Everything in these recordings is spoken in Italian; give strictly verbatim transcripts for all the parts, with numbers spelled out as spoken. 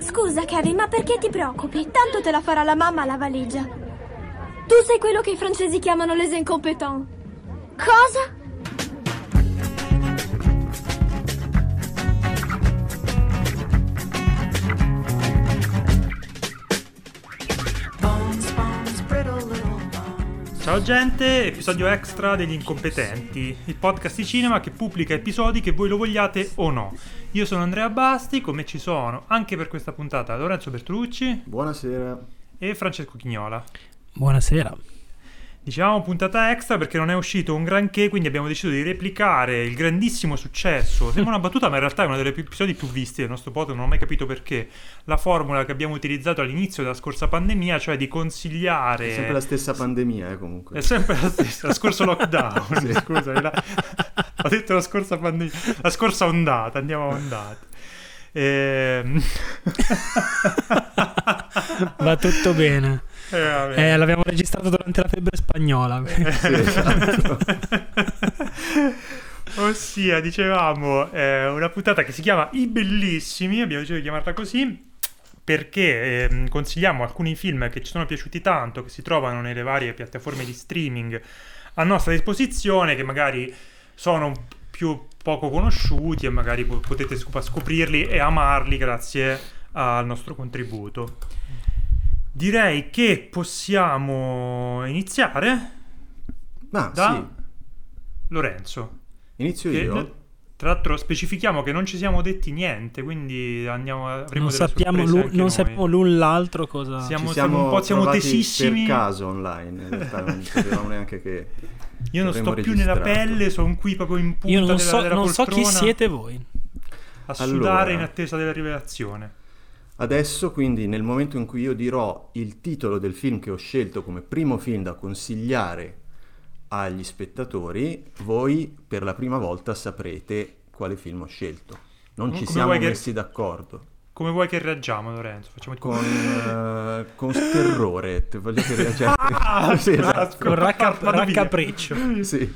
Scusa, Kevin, ma perché ti preoccupi? Tanto te la farà la mamma la valigia. Tu sei quello che i francesi chiamano les incompetents. Cosa? Ciao gente, episodio extra degli incompetenti, il podcast di cinema che pubblica episodi che voi lo vogliate o no. Io sono Andrea Basti, come ci sono anche per questa puntata Lorenzo Bertolucci. Buonasera. E Francesco Chignola. Buonasera. Dicevamo puntata extra perché non è uscito un granché, quindi abbiamo deciso di replicare il grandissimo successo. Sembra una battuta, ma in realtà è uno degli episodi più visti del nostro podcast, non ho mai capito perché. La formula che abbiamo utilizzato all'inizio della scorsa pandemia, cioè di consigliare... È sempre la stessa pandemia, eh, comunque. È sempre la stessa, la scorso lockdown, Sì. Scusami. La... Ho detto la scorsa pandemia, la scorsa ondata, andiamo a ondate. Ehm... Va tutto bene. Eh, vabbè. Eh, l'abbiamo registrato durante la febbre spagnola. Sì, esatto. Ossia, dicevamo, è una puntata che si chiama I Bellissimi, abbiamo deciso di chiamarla così perché eh, consigliamo alcuni film che ci sono piaciuti tanto, che si trovano nelle varie piattaforme di streaming a nostra disposizione, che magari sono più poco conosciuti e magari potete scoprirli e amarli grazie al nostro contributo. Direi che possiamo iniziare Ma da sì, Lorenzo. inizio Che, io. tra l'altro specifichiamo che non ci siamo detti niente, quindi andiamo a, avremo Non delle sappiamo, sorprese l'un- anche non noi. sappiamo l'un l'altro cosa. Siamo, Ci siamo un po' siamo trovati tesissimi. per caso online, in realtà non sapevamo neanche che Io non sto avremmo più nella registrato. pelle, sono qui proprio in punta Io non della, so, della non so chi poltrona, siete voi. a sudare Allora. in attesa della rivelazione. Adesso, quindi, nel momento in cui io dirò il titolo del film che ho scelto come primo film da consigliare agli spettatori, voi per la prima volta saprete quale film ho scelto. Non Come ci siamo vuoi che- messi d'accordo. Come vuoi che reaggiamo, Lorenzo? Facciamo tipo... Con, eh, con terrore, te voglio che reagiate. Ah, Sì, esatto. Con racca- Vado via. raccapriccio. Sì.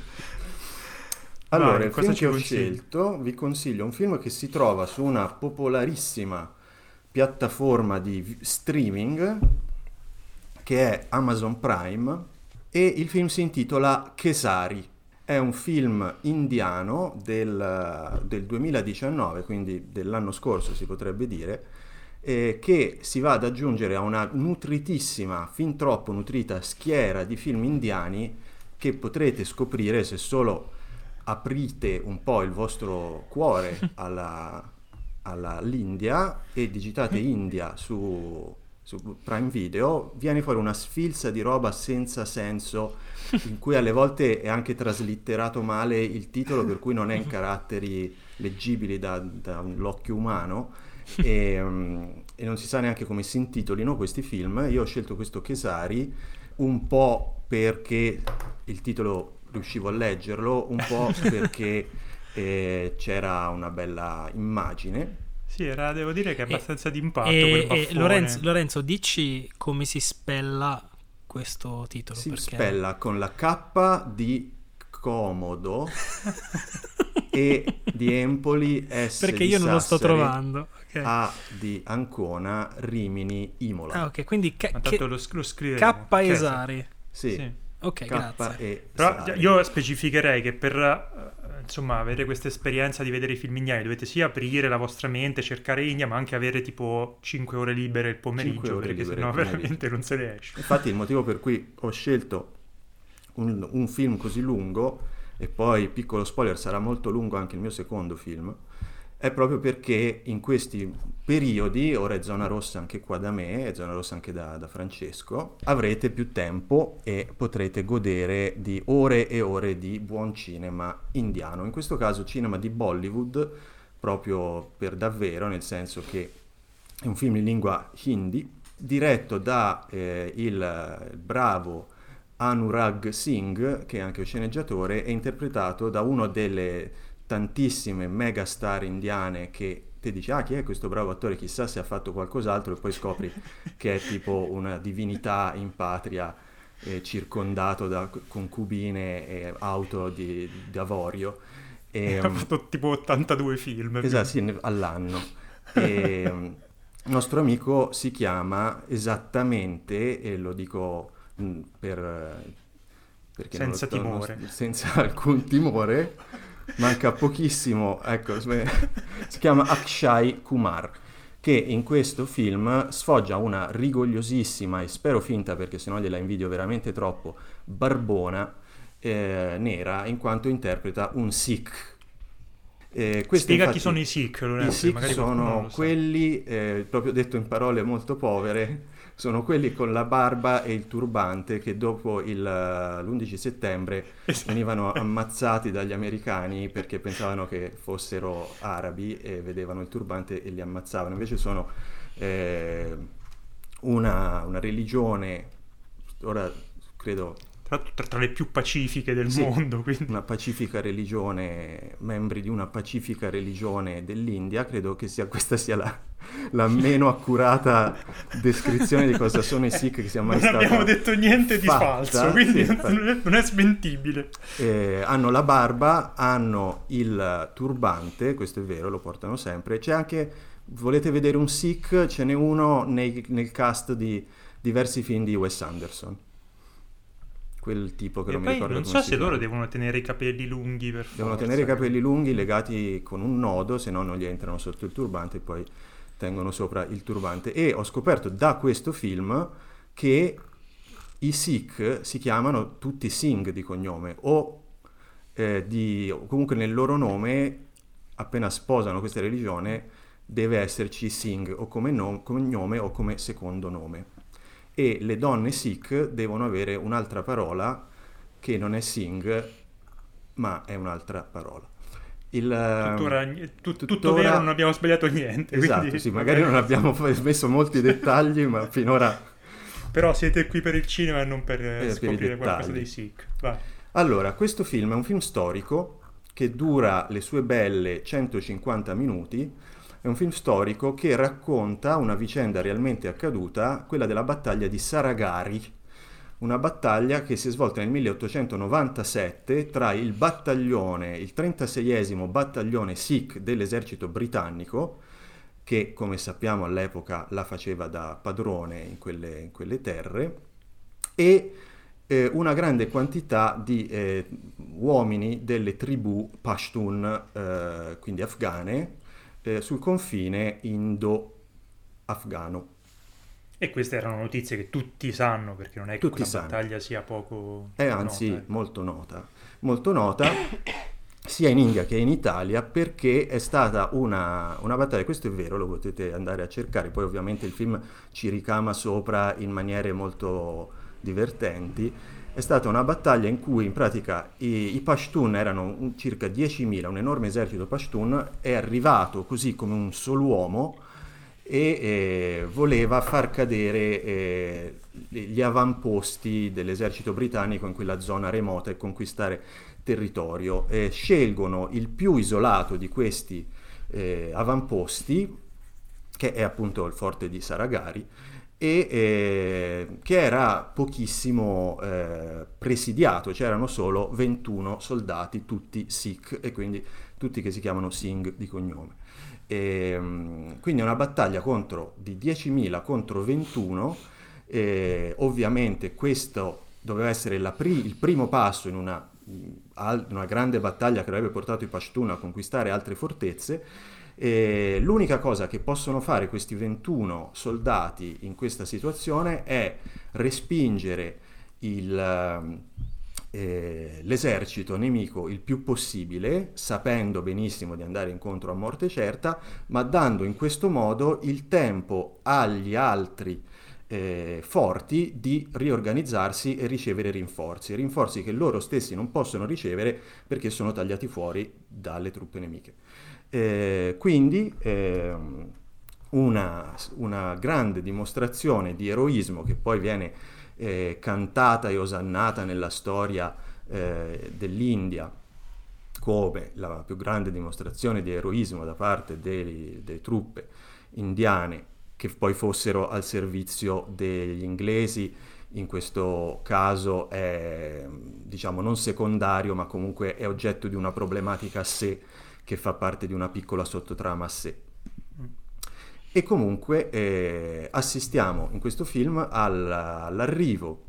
Allora, Vai, il cosa film ci che ho consigli? scelto, vi consiglio un film che si trova su una popolarissima piattaforma di v- streaming che è Amazon Prime e il film si intitola Kesari. È un film indiano del, del duemiladiciannove, quindi dell'anno scorso si potrebbe dire, eh, che si va ad aggiungere a una nutritissima, fin troppo nutrita schiera di film indiani che potrete scoprire se solo aprite un po' il vostro cuore alla, alla- all'India e digitate India su, su Prime Video, viene fuori una sfilza di roba senza senso, in cui alle volte è anche traslitterato male il titolo, per cui non è in caratteri leggibili da, dall'occhio umano e, mm, e non si sa neanche come si intitolino questi film. Io ho scelto questo Kesari un po' perché il titolo riuscivo a leggerlo, un po' perché eh, c'era una bella immagine. Sì, era, devo dire che è abbastanza d'impatto E, quel e baffone. Lorenzo, Lorenzo, dici come si spella questo titolo? Si perché... spella con la K di comodo e di Empoli, S Perché di io non lo sto Sassari, trovando. Ok. A di Ancona, Rimini, Imola. Ah, ok, quindi K, Ma tanto lo, lo scriveremo. K Esari. Sì, Sì. Ok, K grazie. e Però Sari. io specificherei che per eh, insomma avere questa esperienza di vedere i film indiani dovete sia aprire la vostra mente, cercare India, ma anche avere tipo cinque ore libere il cinque pomeriggio, ore perché libere sennò il pomeriggio. veramente non se ne esce. Infatti il motivo per cui ho scelto un, un film così lungo, e poi piccolo spoiler, sarà molto lungo anche il mio secondo film, è proprio perché in questi periodi, ora è zona rossa anche qua da me, è zona rossa anche da, da Francesco, avrete più tempo e potrete godere di ore e ore di buon cinema indiano, in questo caso cinema di Bollywood, proprio per davvero, nel senso che è un film in lingua hindi, diretto da eh, il, il bravo Anurag Singh, che è anche un sceneggiatore, e interpretato da uno delle tantissime megastar indiane che ti dici ah chi è questo bravo attore, chissà se ha fatto qualcos'altro, e poi scopri che è tipo una divinità in patria, eh, circondato da concubine e auto di, di avorio. E, Ha fatto tipo ottantadue film. esatto, sì, ne- all'anno. E, Il nostro amico si chiama esattamente, e lo dico mh, per... eh, perché non lo Senza sto- non- timore. senza alcun timore, manca pochissimo, ecco, sme- si chiama Akshay Kumar, che in questo film sfoggia una rigogliosissima, e spero finta perché sennò gliela invidio veramente troppo, barbona eh, nera, in quanto interpreta un Sikh. Eh, questo Spiega infatti- chi sono i Sikh, Lorenzo, I Sikh magari qualcuno non sono lo sa. quelli, eh, proprio detto in parole molto povere, sono quelli con la barba e il turbante che dopo il, eh, l'undici settembre Esatto. venivano ammazzati dagli americani perché pensavano che fossero arabi e vedevano il turbante e li ammazzavano. Invece sono eh, una, una religione, ora credo Tra l'altro tra, tra le più pacifiche del Sì, mondo, quindi... una pacifica religione, membri di una pacifica religione dell'India, credo che sia, questa sia la, la meno accurata descrizione di cosa sono i Sikh che sia mai non stata abbiamo detto niente di fatta. falso, quindi Sì, non, non è, non è smentibile. eh, hanno la barba, hanno il turbante, questo è vero, lo portano sempre. C'è anche, volete vedere un Sikh? Ce n'è uno nei- nel cast di diversi film di Wes Anderson. Quel tipo che E non mi poi ricordo non come so si se loro chiama. devono tenere i capelli lunghi per Devono forza. tenere i capelli lunghi legati con un nodo, se no non gli entrano sotto il turbante e poi tengono sopra il turbante. E ho scoperto da questo film che i Sikh si chiamano tutti Singh di cognome, o, eh, di, o comunque nel loro nome, appena sposano questa religione, deve esserci Singh o come no- cognome o come secondo nome. E le donne Sikh devono avere un'altra parola che non è Singh, ma è un'altra parola. Il, ehm, Tuttora, tu- tutto tuttora- vero, non abbiamo sbagliato niente. Esatto, quindi sì, magari non abbiamo f- messo molti dettagli, ma finora... Però siete qui per il cinema e non per eh, per i scoprire qualcosa dettagli. dei Sikh. Vai. Allora, questo film è un film storico che dura le sue belle centocinquanta minuti. È un film storico che racconta una vicenda realmente accaduta, quella della battaglia di Saragari, una battaglia che si è svolta nel milleottocentonovantasette tra il battaglione, il trentaseiesimo battaglione Sikh dell'esercito britannico, che come sappiamo all'epoca la faceva da padrone in quelle, in quelle terre, e eh, una grande quantità di eh, uomini delle tribù Pashtun, eh, quindi afghane, eh, sul confine indo-afghano. E queste erano notizie che tutti sanno, perché non è che Tutti quella sanno. battaglia sia poco È anzi nota, ecco. molto nota, molto nota sia in India che in Italia, perché è stata una, una battaglia, questo è vero, lo potete andare a cercare, poi ovviamente il film ci ricama sopra in maniere molto divertenti. È stata una battaglia in cui in pratica i, i Pashtun erano un- circa diecimila, un enorme esercito Pashtun è arrivato così come un solo uomo e eh, voleva far cadere eh, gli avamposti dell'esercito britannico in quella zona remota e conquistare territorio. Eh, scelgono il più isolato di questi eh, avamposti, che è appunto il forte di Saragari, e eh, che era pochissimo eh, presidiato, c'erano solo ventuno soldati, tutti Sikh, e quindi tutti che si chiamano Singh di cognome. E, quindi è una battaglia contro, di diecimila contro ventuno. E ovviamente questo doveva essere la pri- il primo passo in una, al- una grande battaglia che avrebbe portato i Pashtun a conquistare altre fortezze. E l'unica cosa che possono fare questi ventuno soldati in questa situazione è respingere il, eh, l'esercito nemico il più possibile, sapendo benissimo di andare incontro a morte certa, ma dando in questo modo il tempo agli altri eh, forti di riorganizzarsi e ricevere rinforzi, rinforzi che loro stessi non possono ricevere perché sono tagliati fuori dalle truppe nemiche. Eh, quindi ehm, una, una grande dimostrazione di eroismo che poi viene eh, cantata e osannata nella storia eh, dell'India come la più grande dimostrazione di eroismo da parte dei- delle truppe indiane che poi fossero al servizio degli inglesi. In questo caso è, diciamo, non secondario, ma comunque è oggetto di una problematica a sé, che fa parte di una piccola sottotrama a sé. E comunque eh, assistiamo in questo film all- all'arrivo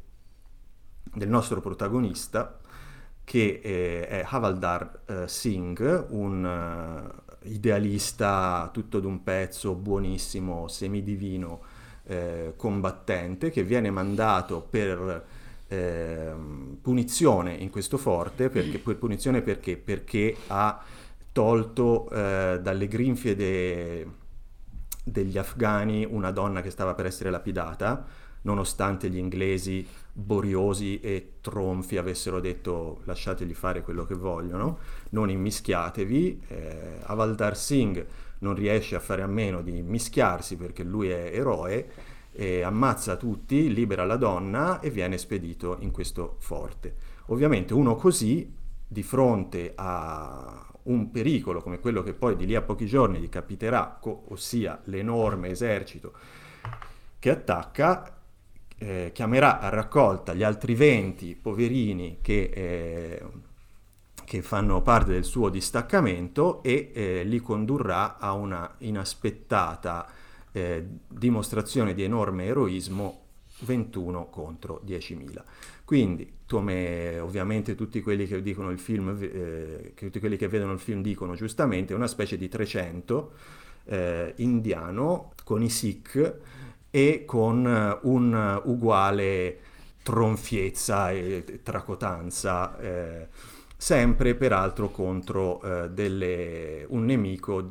del nostro protagonista, che eh, è Havaldar eh, Singh, un uh, idealista tutto d'un pezzo, buonissimo, semidivino, eh, combattente, che viene mandato per eh, punizione in questo forte, perché, per punizione perché? Perché ha tolto eh, dalle grinfie de- degli afghani una donna che stava per essere lapidata, nonostante gli inglesi boriosi e tronfi avessero detto lasciategli fare quello che vogliono, non immischiatevi. eh, Havaldar Singh non riesce a fare a meno di mischiarsi perché lui è eroe, e ammazza tutti, libera la donna e viene spedito in questo forte. Ovviamente uno così, di fronte a un pericolo come quello che poi di lì a pochi giorni gli capiterà, co- ossia l'enorme esercito che attacca, eh, chiamerà a raccolta gli altri venti poverini che, eh, che fanno parte del suo distaccamento e eh, li condurrà a una inaspettata eh, dimostrazione di enorme eroismo, ventuno contro diecimila. Quindi, come ovviamente tutti quelli che dicono il film, eh, che tutti quelli che vedono il film dicono giustamente, è una specie di trecento eh, indiano con i Sikh e con un uguale tronfiezza e tracotanza, eh, sempre peraltro contro eh, delle, un nemico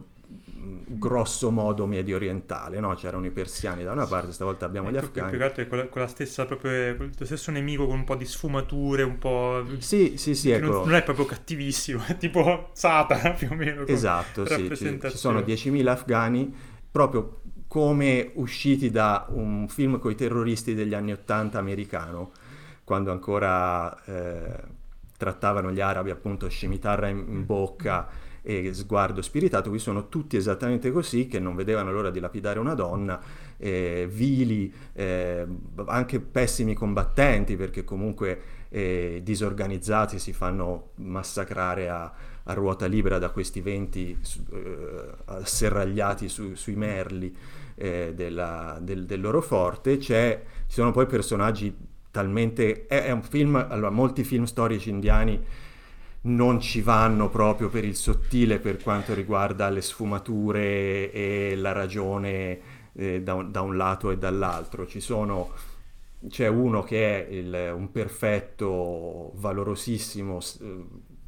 grosso modo medio orientale, no? C'erano i persiani da una parte, stavolta abbiamo gli Ecco, afghani. più che altro è con la, con la stessa proprio, con lo stesso nemico con un po' di sfumature, un po'... Sì, sì, sì, che ecco. non, non è proprio cattivissimo, è tipo Satana più o meno. come Esatto, sì, ci, rappresentazione. ci sono diecimila afghani, proprio come usciti da un film con i terroristi degli anni ottanta americano, quando ancora eh, trattavano gli arabi appunto scimitarra in, in bocca e sguardo spiritato. Qui sono tutti esattamente così, che non vedevano l'ora di lapidare una donna, eh, vili, eh, anche pessimi combattenti, perché comunque eh, disorganizzati si fanno massacrare a, a ruota libera da questi venti eh, asserragliati su, sui merli eh, della, del, del loro forte. C'è, ci sono poi personaggi talmente... È, è un film... Allora, molti film storici indiani non ci vanno proprio per il sottile per quanto riguarda le sfumature e la ragione eh, da, un, da un lato e dall'altro. Ci sono, c'è uno che è il, un perfetto, valorosissimo eh,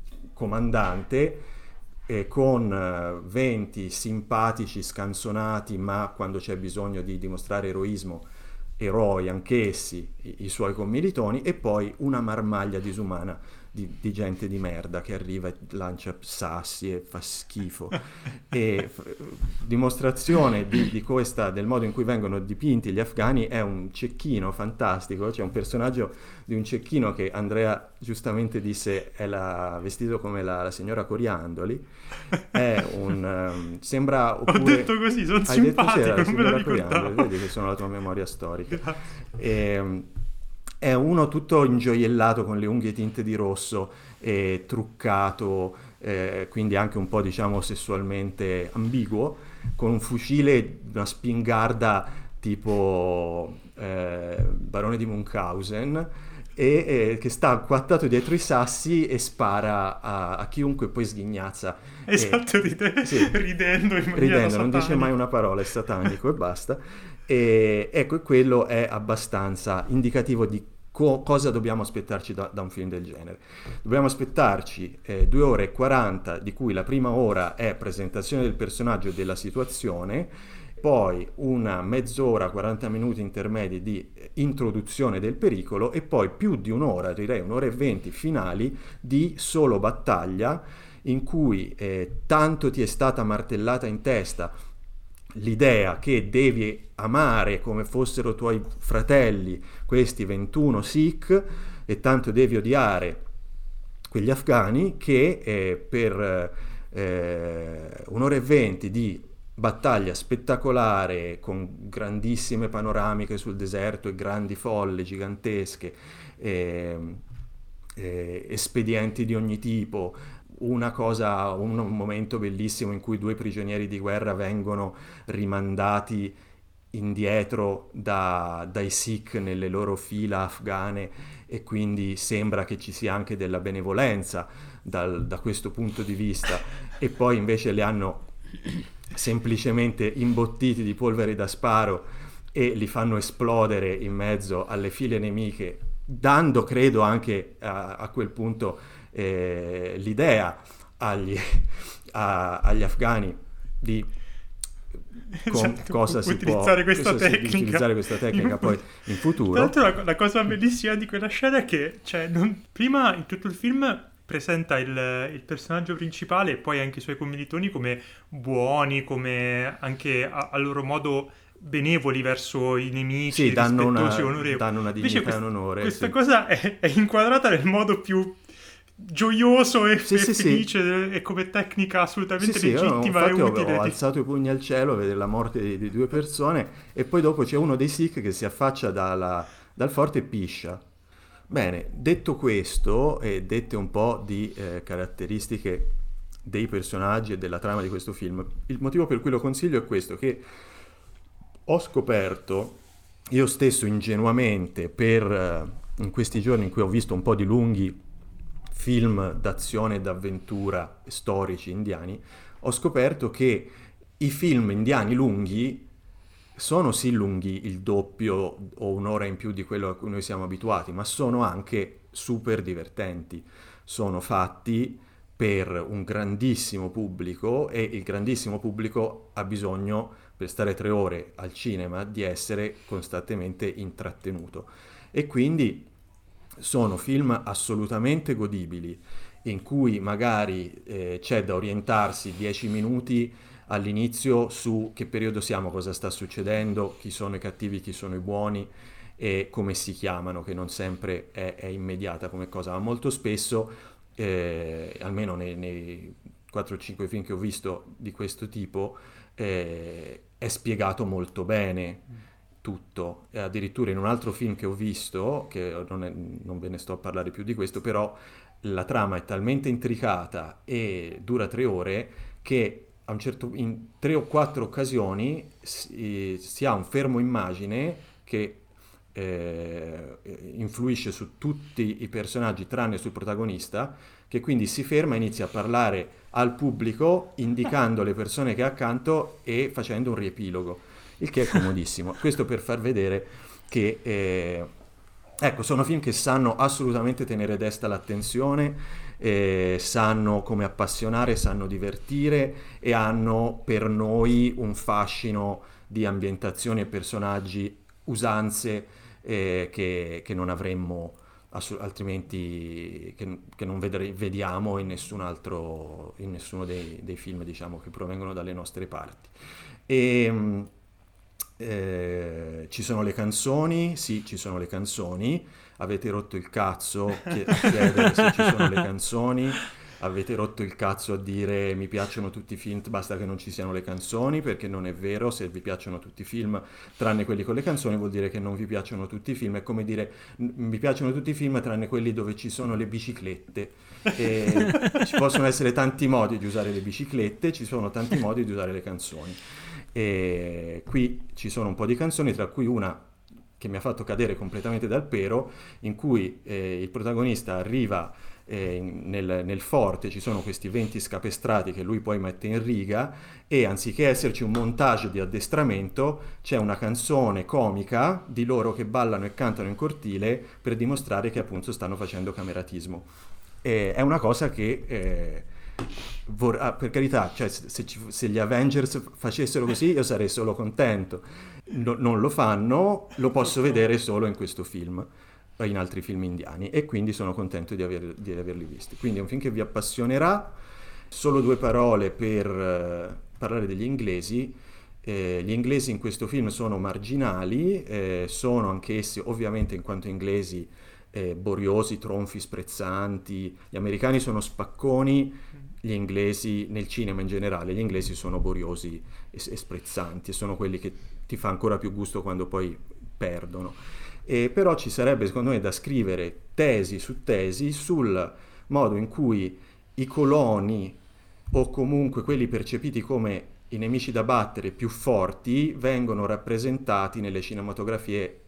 comandante eh, con eh, venti simpatici, scansonati, ma quando c'è bisogno di dimostrare eroismo, eroi anch'essi, i, i suoi commilitoni, e poi una marmaglia disumana Di, di gente di merda che arriva e lancia sassi e fa schifo. E f- dimostrazione di, di questa, del modo in cui vengono dipinti gli afghani è un cecchino fantastico. C'è un personaggio di un cecchino che Andrea giustamente disse è la, vestito come la, la signora Coriandoli. È un um, sembra oppure, ho detto così, sono simpatico, non me lo ricordavo. Vedi che sono la tua memoria storica. E, è uno tutto ingioiellato con le unghie tinte di rosso e truccato, eh, quindi anche un po' diciamo sessualmente ambiguo, con un fucile, una spingarda tipo eh, Barone di Munchausen, e eh, che sta acquattato dietro i sassi e spara a, a chiunque, poi sghignazza. Esatto, e, ride- sì, ridendo in maniera ridendo, non dice satanica. mai una parola, è satanico e basta. E ecco, quello è abbastanza indicativo di co- cosa dobbiamo aspettarci da, da un film del genere. Dobbiamo aspettarci eh, due ore e quaranta, di cui la prima ora è presentazione del personaggio e della situazione, poi una mezz'ora, quaranta minuti intermedi di introduzione del pericolo, e poi più di un'ora, direi un'ora e venti finali di solo battaglia, in cui eh, tanto ti è stata martellata in testa l'idea che devi amare come fossero tuoi fratelli questi ventuno Sikh, e tanto devi odiare quegli afghani, che eh, per eh, un'ora e venti di battaglia spettacolare con grandissime panoramiche sul deserto e grandi folle gigantesche, eh, eh, espedienti di ogni tipo, una cosa, un, un momento bellissimo in cui due prigionieri di guerra vengono rimandati indietro da- dai Sikh nelle loro fila afghane e quindi sembra che ci sia anche della benevolenza dal- da questo punto di vista, e poi invece li hanno semplicemente imbottiti di polvere da sparo e li fanno esplodere in mezzo alle file nemiche, dando, credo, anche a, a quel punto eh, l'idea agli, a- agli afghani di com- Esatto, cosa pu- si può utilizzare questa cosa si- di tecnica. utilizzare questa tecnica poi in Tra futuro. l'altro la, la cosa bellissima di quella scena è che, cioè, non- prima in tutto il film presenta il, il personaggio principale e poi anche i suoi commilitoni come buoni, come anche a, a loro modo benevoli verso i nemici, Sì, danno una, rispettosi, onorevoli. danno una Invece dignità e quest- un onore. questa sì. cosa è, è inquadrata nel modo più gioioso e, Sì, e sì, sì. felice e come tecnica assolutamente Sì, sì, io legittima e infatti ho, utile. ho di- alzato i pugni al cielo a vedere la morte di, di due persone, e poi dopo c'è uno dei Sikh che si affaccia dalla- dal forte e piscia. Bene, detto questo e dette un po' di eh, caratteristiche dei personaggi e della trama di questo film, il motivo per cui lo consiglio è questo, che ho scoperto io stesso ingenuamente per eh, in questi giorni in cui ho visto un po' di lunghi film d'azione e d'avventura storici indiani, ho scoperto che i film indiani lunghi sono sì lunghi il doppio o un'ora in più di quello a cui noi siamo abituati, ma sono anche super divertenti. Sono fatti per un grandissimo pubblico, e il grandissimo pubblico ha bisogno, per stare tre ore al cinema, di essere costantemente intrattenuto. E quindi sono film assolutamente godibili, in cui magari eh, c'è da orientarsi dieci minuti all'inizio su che periodo siamo, cosa sta succedendo, chi sono i cattivi, chi sono i buoni e come si chiamano, che non sempre è, è immediata come cosa, ma molto spesso, eh, almeno nei, nei quattro o cinque film che ho visto di questo tipo, eh, è spiegato molto bene tutto. E addirittura in un altro film che ho visto, che non, è- non ve ne sto a parlare più di questo, però la trama è talmente intricata e dura tre ore che a un certo, in tre o quattro occasioni si, si ha un fermo immagine che eh, influisce su tutti i personaggi tranne sul protagonista, che quindi si ferma e inizia a parlare al pubblico indicando le persone che ha accanto e facendo un riepilogo, il che è comodissimo. Questo per far vedere che eh, ecco, sono film che sanno assolutamente tenere desta l'attenzione, eh, sanno come appassionare, sanno divertire e hanno per noi un fascino di ambientazioni e personaggi, usanze eh, che, che non avremmo assu- altrimenti, che, che non vedre- vediamo in nessun altro, in nessuno dei, dei film, diciamo, che provengono dalle nostre parti. E, mh, eh, ci sono le canzoni, sì, ci sono le canzoni. Avete rotto il cazzo chie- a chiedere se ci sono le canzoni. Avete rotto il cazzo a dire mi piacciono tutti i film, basta che non ci siano le canzoni, perché non è vero. Se vi piacciono tutti i film tranne quelli con le canzoni vuol dire che non vi piacciono tutti i film. È come dire "N- mi piacciono tutti i film tranne quelli dove ci sono le biciclette". E ci possono essere tanti modi di usare le biciclette, ci sono tanti modi di usare le canzoni. E qui ci sono un po' di canzoni, tra cui una che mi ha fatto cadere completamente dal pero, in cui eh, il protagonista arriva eh, in- nel, nel forte, ci sono questi venti scapestrati che lui poi mette in riga, e anziché esserci un montage di addestramento c'è una canzone comica di loro che ballano e cantano in cortile per dimostrare che appunto stanno facendo cameratismo. E è una cosa che eh, vor- ah, per carità, cioè, se, se ci- se gli Avengers facessero così io sarei solo contento. No- non lo fanno, lo posso vedere solo in questo film o in altri film indiani, e quindi sono contento di, aver- di averli visti. Quindi è un film che vi appassionerà. Solo due parole per eh, parlare degli inglesi. Eh, gli inglesi in questo film sono marginali, eh, sono anch'essi ovviamente in quanto inglesi eh, boriosi, tronfi, sprezzanti. Gli americani sono spacconi, gli inglesi nel cinema in generale, gli inglesi sono boriosi e, e sprezzanti, e sono quelli che ti fa ancora più gusto quando poi perdono. E però ci sarebbe secondo me da scrivere tesi su tesi sul modo in cui i coloni o comunque quelli percepiti come i nemici da battere più forti vengono rappresentati nelle cinematografie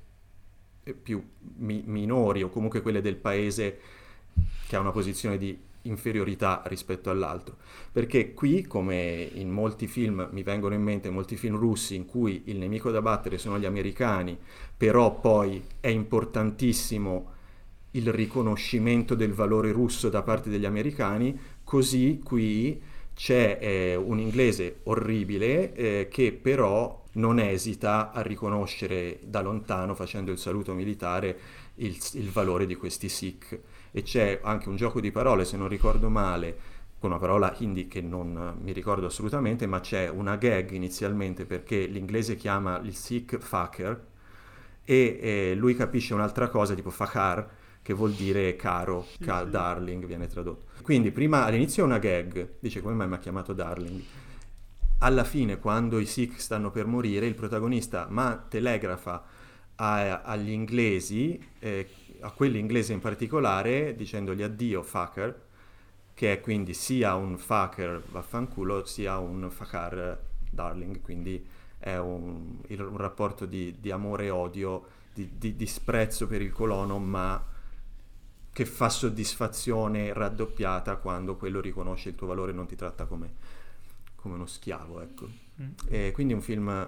più mi- minori o comunque quelle del paese che ha una posizione di inferiorità rispetto all'altro, perché qui, come in molti film, mi vengono in mente molti film russi in cui il nemico da battere sono gli americani, però poi è importantissimo il riconoscimento del valore russo da parte degli americani, così qui c'è eh, un inglese orribile eh, che però non esita a riconoscere da lontano, facendo il saluto militare, il, il valore di questi Sikh. E c'è anche un gioco di parole, se non ricordo male, con una parola hindi che non mi ricordo assolutamente, ma c'è una gag inizialmente perché l'inglese chiama il Sikh fucker e eh, lui capisce un'altra cosa, tipo fakar, che vuol dire caro, ca- darling viene tradotto. Quindi prima all'inizio è una gag, dice come mai mi ha chiamato darling. Alla fine, quando i Sikh stanno per morire, il protagonista ma telegrafa a, agli inglesi, eh, a quelli inglesi in particolare, dicendogli addio fucker, che è quindi sia un fucker vaffanculo sia un fakar darling, quindi è un, il, un rapporto di, di amore e odio, di, di disprezzo per il colono, ma che fa soddisfazione raddoppiata quando quello riconosce il tuo valore e non ti tratta come, come uno schiavo, ecco. Mm. E quindi è un film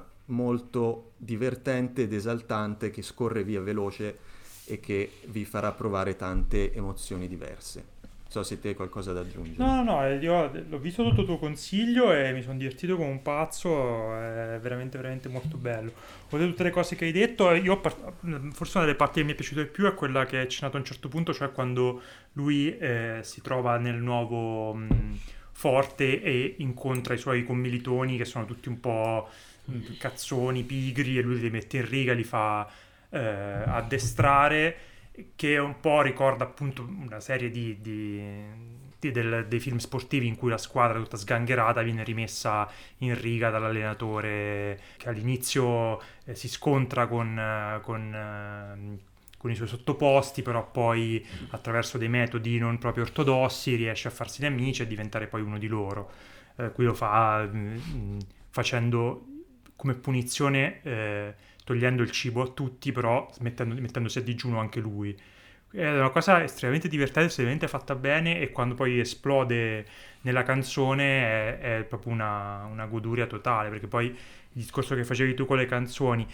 molto divertente ed esaltante, che scorre via veloce e che vi farà provare tante emozioni diverse. Non so se te hai qualcosa da aggiungere. No, no, no, io l'ho visto tutto il tuo consiglio e mi sono divertito come un pazzo, è veramente, veramente molto bello. Oltre a tutte le cose che hai detto, io forse una delle parti che mi è piaciuta di più è quella che hai accennato a un certo punto, cioè quando lui eh, si trova nel nuovo mh, forte e incontra i suoi commilitoni che sono tutti un po' mh, cazzoni, pigri, e lui li mette in riga, li fa eh, addestrare, che un po' ricorda appunto una serie di, di, di del, dei film sportivi in cui la squadra tutta sgangherata viene rimessa in riga dall'allenatore che all'inizio eh, si scontra con, eh, con, eh, con i suoi sottoposti, però poi attraverso dei metodi non proprio ortodossi riesce a farsi nemici e diventare poi uno di loro. Eh, qui lo fa mh, facendo come punizione eh, togliendo il cibo a tutti, però mettendo, mettendosi a digiuno anche lui. È una cosa estremamente divertente, estremamente fatta bene, e quando poi esplode nella canzone è, è proprio una, una goduria totale, perché poi il discorso che facevi tu con le canzoni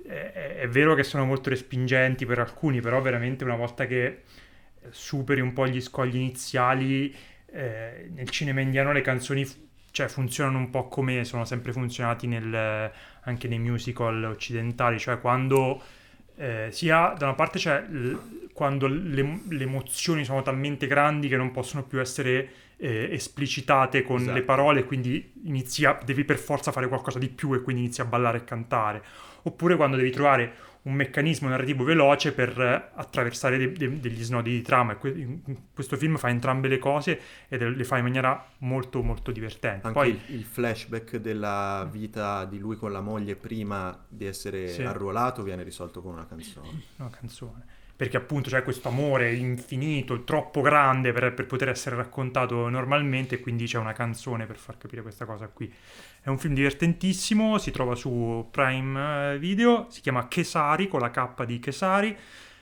è, è vero che sono molto respingenti per alcuni, però veramente una volta che superi un po' gli scogli iniziali, eh, nel cinema indiano le canzoni cioè funzionano un po' come sono sempre funzionati nel, anche nei musical occidentali, cioè quando eh, sia da una parte c'è l- quando le, le emozioni sono talmente grandi che non possono più essere eh, esplicitate con esatto. le parole, quindi inizi a, devi per forza fare qualcosa di più e quindi inizi a ballare e cantare, oppure quando devi trovare un meccanismo narrativo veloce per attraversare de- de- degli snodi di trama, e que- in questo film fa entrambe le cose e le fa in maniera molto molto divertente. Anche Poi il, il flashback della vita di lui con la moglie prima di essere sì. arruolato viene risolto con una canzone. Una canzone. Perché appunto c'è questo amore infinito, troppo grande per, per poter essere raccontato normalmente, e quindi c'è una canzone per far capire questa cosa qui. È un film divertentissimo, si trova su Prime Video, si chiama Kesari, con la K di Kesari,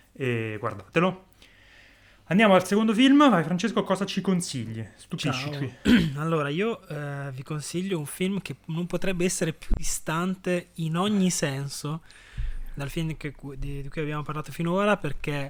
e guardatelo. Andiamo al secondo film. Vai Francesco, cosa ci consigli? Stupiscici. Ciao. Allora, io eh, vi consiglio un film che non potrebbe essere più distante in ogni senso dal film che, di, di cui abbiamo parlato finora, perché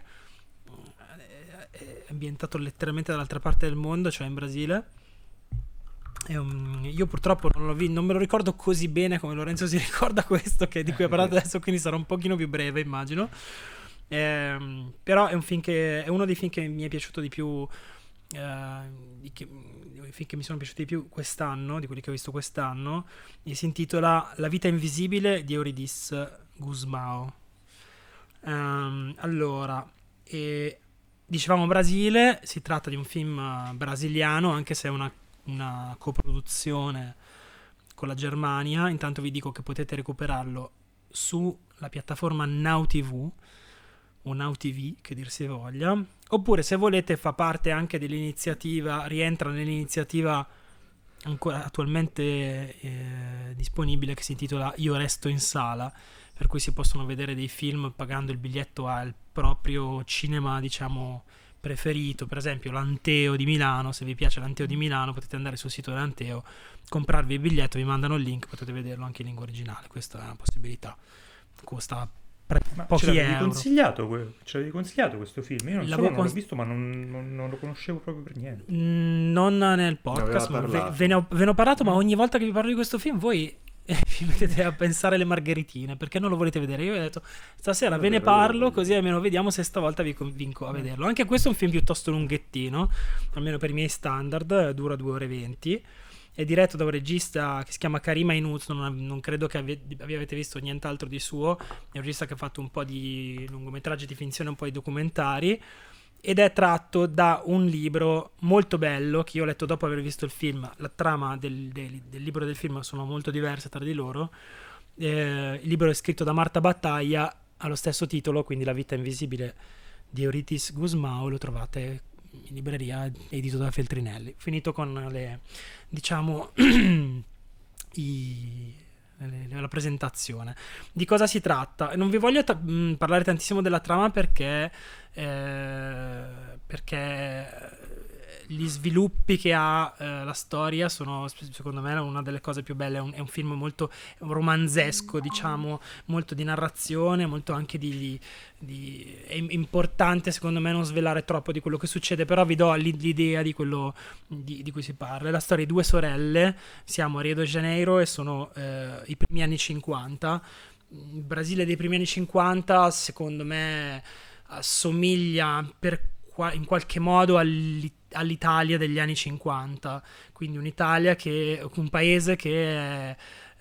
è ambientato letteralmente dall'altra parte del mondo, cioè in Brasile. E, um, io purtroppo non, l'ho vi- non me lo ricordo così bene come Lorenzo si ricorda questo, che di cui ha parlato adesso, quindi sarà un pochino più breve, immagino. Ehm, però è un film che è uno dei film che mi è piaciuto di più, eh, di che, i film che mi sono piaciuti di più quest'anno, di quelli che ho visto quest'anno, e si intitola La vita invisibile di Eurydice Gusmao. Um, allora, e, dicevamo Brasile, si tratta di un film brasiliano, anche se è una, una coproduzione con la Germania. Intanto vi dico che potete recuperarlo sulla piattaforma Now T V, o Now T V, che dir si voglia. Oppure, se volete, fa parte anche dell'iniziativa, rientra nell'iniziativa ancora attualmente eh, disponibile, che si intitola Io resto in sala, per cui si possono vedere dei film pagando il biglietto al proprio cinema, diciamo, preferito. Per esempio l'Anteo di Milano, se vi piace l'Anteo di Milano potete andare sul sito dell'Anteo, comprarvi il biglietto, vi mandano il link, potete vederlo anche in lingua originale. Questa è una possibilità, costa pre- Ma pochi ce l'avevi euro. consigliato, que- ce l'avevi consigliato questo film? Io non, solo L'avevo non l'ho cons- visto, ma non, non- non lo conoscevo proprio per niente. Mm, non nel podcast, Ne aveva ma ve, parlato. ve ne ho, ve ne ho parlato, ma ogni volta che vi parlo di questo film voi eh, vi mettete a pensare le margheritine, perché non lo volete vedere. Io ho detto stasera È ve ne vero, parlo, è vero. così almeno vediamo se stavolta vi convinco a vederlo. Anche questo è un film piuttosto lunghettino, almeno per i miei standard, dura due ore e venti. È diretto da un regista che si chiama Karim Ainuz, non, non credo che ave- abbiate visto nient'altro di suo. È un regista che ha fatto un po' di lungometraggi di finzione, un po' di documentari, ed è tratto da un libro molto bello che io ho letto dopo aver visto il film. La trama del, del- del libro e del film sono molto diverse tra di loro. Eh, il libro è scritto da Marta Battaglia, ha lo stesso titolo, quindi La vita invisibile di Euritis Gusmao. Lo trovate in libreria, edito da Feltrinelli. Finito con le, diciamo, i, le- la presentazione. Di cosa si tratta? Non vi voglio ta- mh, parlare tantissimo della trama perché eh, perché gli sviluppi che ha eh, la storia sono, secondo me, una delle cose più belle. È un, è un film molto romanzesco, diciamo, molto di narrazione, molto anche di, di... è importante, secondo me, non svelare troppo di quello che succede, però vi do l'i- l'idea di quello di, di cui si parla. È la storia di due sorelle, siamo a Rio de Janeiro e sono eh, i primi anni cinquanta. Il Brasile dei primi anni cinquanta, secondo me, assomiglia per qua- in qualche modo all'I- all'Italia degli anni cinquanta, quindi un'Italia che, un paese che è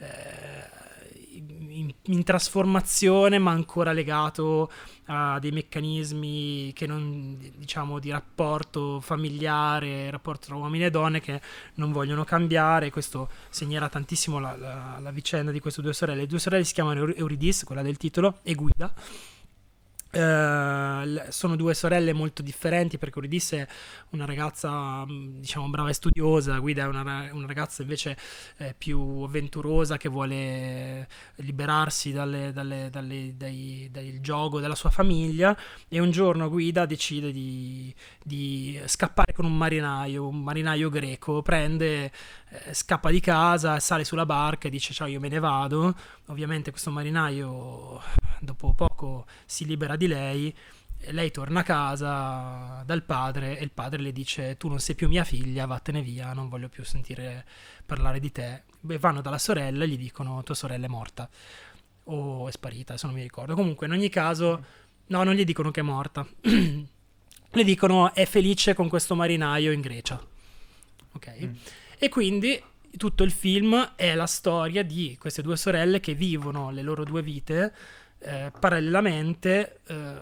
eh, in, in trasformazione, ma ancora legato a dei meccanismi che non, diciamo, di rapporto familiare, rapporto tra uomini e donne, che non vogliono cambiare. Questo segnerà tantissimo la, la- la vicenda di queste due sorelle. Le due sorelle si chiamano Eur- Eurydice, quella del titolo, e Guida. Eh, l- sono due sorelle molto differenti, perché Eurydice è una ragazza, mh, diciamo, brava e studiosa. Guida è una, ra- una ragazza invece eh, più avventurosa, che vuole liberarsi dalle, dalle- dalle- dai- dal gioco della sua famiglia. E un giorno Guida decide di, di scappare con un marinaio, un marinaio greco. Prende, eh, scappa di casa, sale sulla barca e dice: ciao, io me ne vado. Ovviamente questo marinaio dopo poco si libera di lei, e lei torna a casa dal padre e il padre le dice: tu non sei più mia figlia, vattene via, non voglio più sentire parlare di te. Beh, vanno dalla sorella e gli dicono: tua sorella è morta o è sparita, adesso non mi ricordo. Comunque, in ogni caso, no, non gli dicono che è morta. Le dicono: è felice con questo marinaio in Grecia. Ok? Mm. E quindi tutto il film è la storia di queste due sorelle che vivono le loro due vite eh, parallelamente, eh,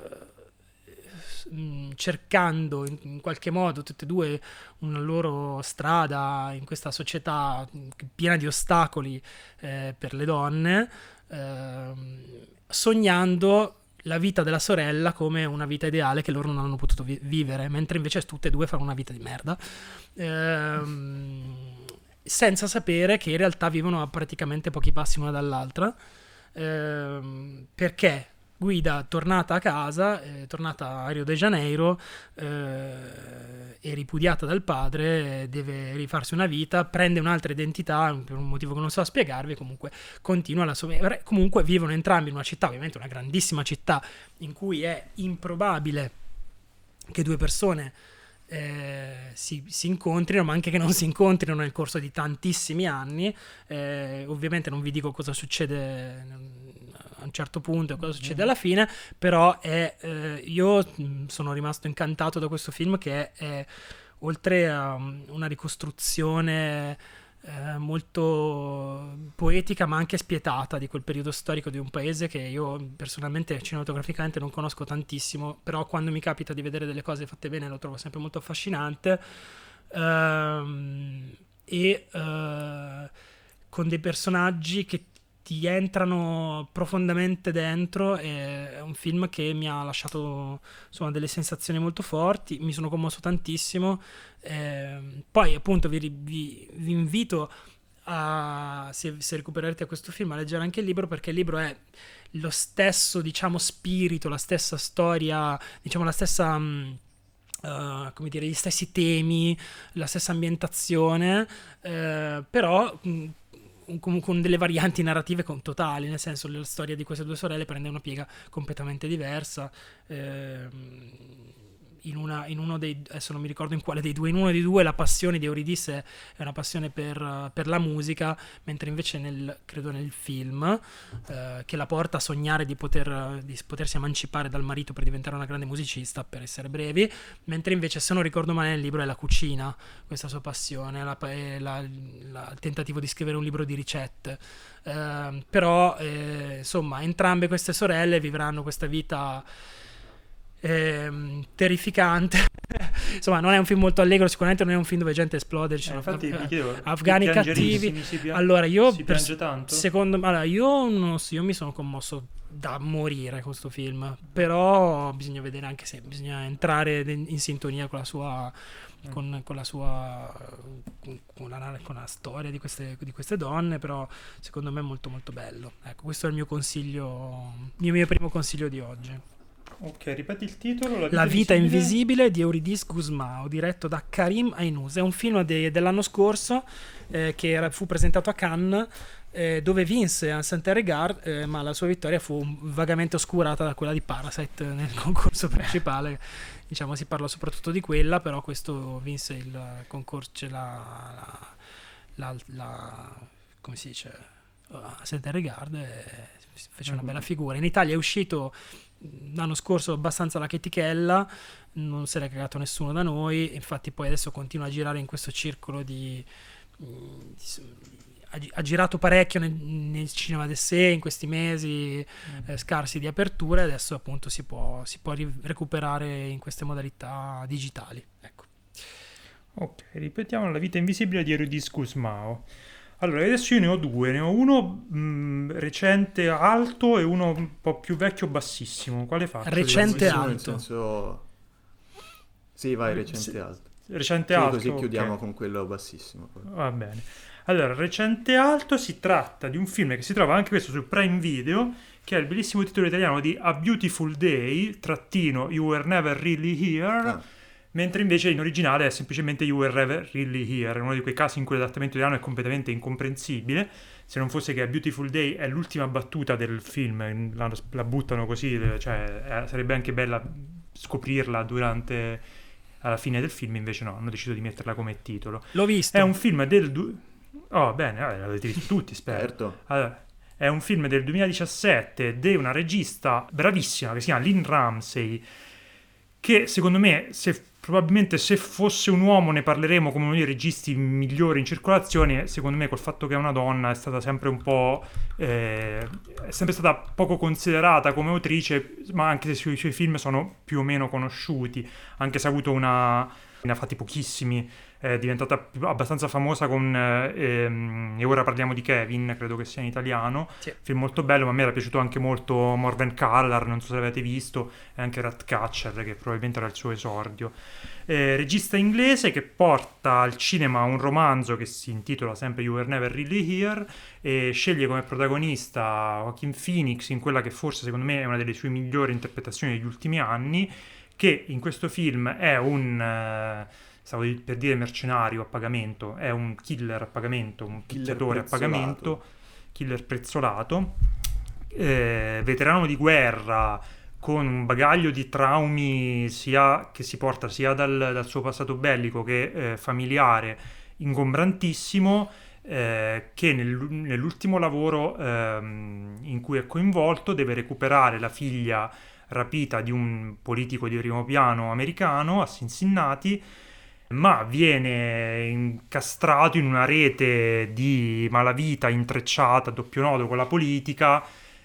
mh, cercando in, in qualche modo tutte e due una loro strada in questa società mh, piena di ostacoli eh, per le donne, ehm, sognando la vita della sorella come una vita ideale che loro non hanno potuto vi- vivere, mentre invece tutte e due fanno una vita di merda. Ehm, senza sapere che in realtà vivono a praticamente pochi passi l'una dall'altra, ehm, perché Guida, tornata a casa, eh, tornata a Rio de Janeiro, eh, e ripudiata dal padre, deve rifarsi una vita, prende un'altra identità per un motivo che non so spiegarvi. Comunque continua la sua... Comunque vivono entrambi in una città, ovviamente una grandissima città, in cui è improbabile che due persone eh, si, si incontrino, ma anche che non si incontrino nel corso di tantissimi anni. Eh, ovviamente non vi dico cosa succede a un certo punto e cosa succede alla fine, però è, eh, io mh, sono rimasto incantato da questo film, che è, è oltre a um, una ricostruzione eh, molto poetica ma anche spietata di quel periodo storico di un paese che io personalmente cinematograficamente non conosco tantissimo, però quando mi capita di vedere delle cose fatte bene lo trovo sempre molto affascinante. Ehm, e eh, con dei personaggi che ti entrano profondamente dentro. È un film che mi ha lasciato insomma delle sensazioni molto forti, mi sono commosso tantissimo. Eh, poi appunto vi, vi, vi invito a, se, se recupererete questo film, a leggere anche il libro, perché il libro è lo stesso, diciamo, spirito, la stessa storia, diciamo la stessa mh, uh, come dire, gli stessi temi, la stessa ambientazione, eh, però mh, con, con delle varianti narrative con totali, nel senso la storia di queste due sorelle prende una piega completamente diversa. eh, In, una, in uno dei, adesso non mi ricordo in quale dei due, in uno dei due la passione di Euridisse è una passione per, per la musica, mentre invece nel, credo nel film, eh, che la porta a sognare di, poter, di potersi emancipare dal marito per diventare una grande musicista, per essere brevi, mentre invece, se non ricordo male, nel libro è la cucina, questa sua passione, la, la, la, il tentativo di scrivere un libro di ricette. Eh, però eh, insomma entrambe queste sorelle vivranno questa vita Ehm, terrificante. Insomma, non è un film molto allegro, sicuramente non è un film dove gente esplode, ci Eh, sono infatti af- mi chiedevo, afghani cattivi. si pia- Allora io si per- piange tanto? secondo me, allora, io non so, io mi sono commosso da morire con questo film, però bisogna vedere, anche se bisogna entrare in, in sintonia con la sua con, con la sua con, con la, con la storia di queste, di queste donne, però secondo me è molto molto bello. Ecco, questo è il mio consiglio, il mio primo consiglio di oggi. Ok, ripeti il titolo. La vita, La vita invisibile. invisibile di Eurydice Gusmao, diretto da Karim Ainous. È un film de- dell'anno scorso eh, che era, fu presentato a Cannes, eh, dove vinse a Saint-Regard, eh, ma la sua vittoria fu vagamente oscurata da quella di Parasite nel concorso principale. Diciamo, si parla soprattutto di quella, però questo vinse il concorso, cioè la, la, la, la come si dice, a Saint-Regard, e fece una bella figura. In Italia è uscito l'anno scorso abbastanza la chetichella, non se l'è cagato nessuno da noi, infatti poi adesso continua a girare in questo circolo di, di ha, ha girato parecchio nel, nel cinema d'essai in questi mesi mm. eh, scarsi di apertura, e adesso appunto si può, si può ri- recuperare in queste modalità digitali, ecco. Ok, ripetiamo. La vita invisibile di Eurydice Gusmao. Allora, adesso io ne ho due, ne ho uno mh, recente alto e uno un po' più vecchio bassissimo. Quale faccio? Recente Bassissimo, nel alto. senso... Sì, vai, recente Sì. alto. Recente Sì, alto, così chiudiamo ok. con quello bassissimo. Poi. Va bene. Allora, recente alto si tratta di un film che si trova anche questo su Prime Video, che ha il bellissimo titolo italiano di A Beautiful Day, trattino You Were Never Really Here, Ah. mentre invece in originale è semplicemente You Were Never Really Here. È uno di quei casi in cui l'adattamento italiano è completamente incomprensibile, se non fosse che A Beautiful Day è l'ultima battuta del film, la, la buttano così, cioè eh, sarebbe anche bella scoprirla durante, alla fine del film, invece no, hanno deciso di metterla come titolo. L'ho visto. È un film del... Du- oh, bene, vabbè, l'avete visto tutti, spero. Certo. Allora, è un film del duemiladiciassette di una regista bravissima che si chiama Lynn Ramsey, che secondo me, se probabilmente se fosse un uomo ne parleremo come uno dei registi migliori in circolazione. Secondo me, col fatto che è una donna, è stata sempre un po' eh, è sempre stata poco considerata come autrice, ma anche se i suoi, i suoi film sono più o meno conosciuti, anche se ha avuto una ne ha fatti pochissimi, è diventata più- abbastanza famosa con eh, ehm, E ora parliamo di Kevin, credo che sia in italiano, Sì. film molto bello, ma a me era piaciuto anche molto Morven Callar, non so se l'avete visto, e anche Ratcatcher, che probabilmente era il suo esordio. Eh, regista inglese che porta al cinema un romanzo che si intitola sempre You Were Never Really Here, e sceglie come protagonista Joaquin Phoenix in quella che forse secondo me è una delle sue migliori interpretazioni degli ultimi anni, che in questo film è un eh, stavo di- per dire mercenario a pagamento, è un killer a pagamento, un Killer picchiatore a prezzolato. pagamento, killer prezzolato, eh, veterano di guerra con un bagaglio di traumi sia che si porta sia dal, dal suo passato bellico che eh, familiare, ingombrantissimo, eh, che nel- nell'ultimo lavoro ehm, in cui è coinvolto deve recuperare la figlia rapita di un politico di primo piano americano a Cincinnati, ma viene incastrato in una rete di malavita intrecciata a doppio nodo con la politica,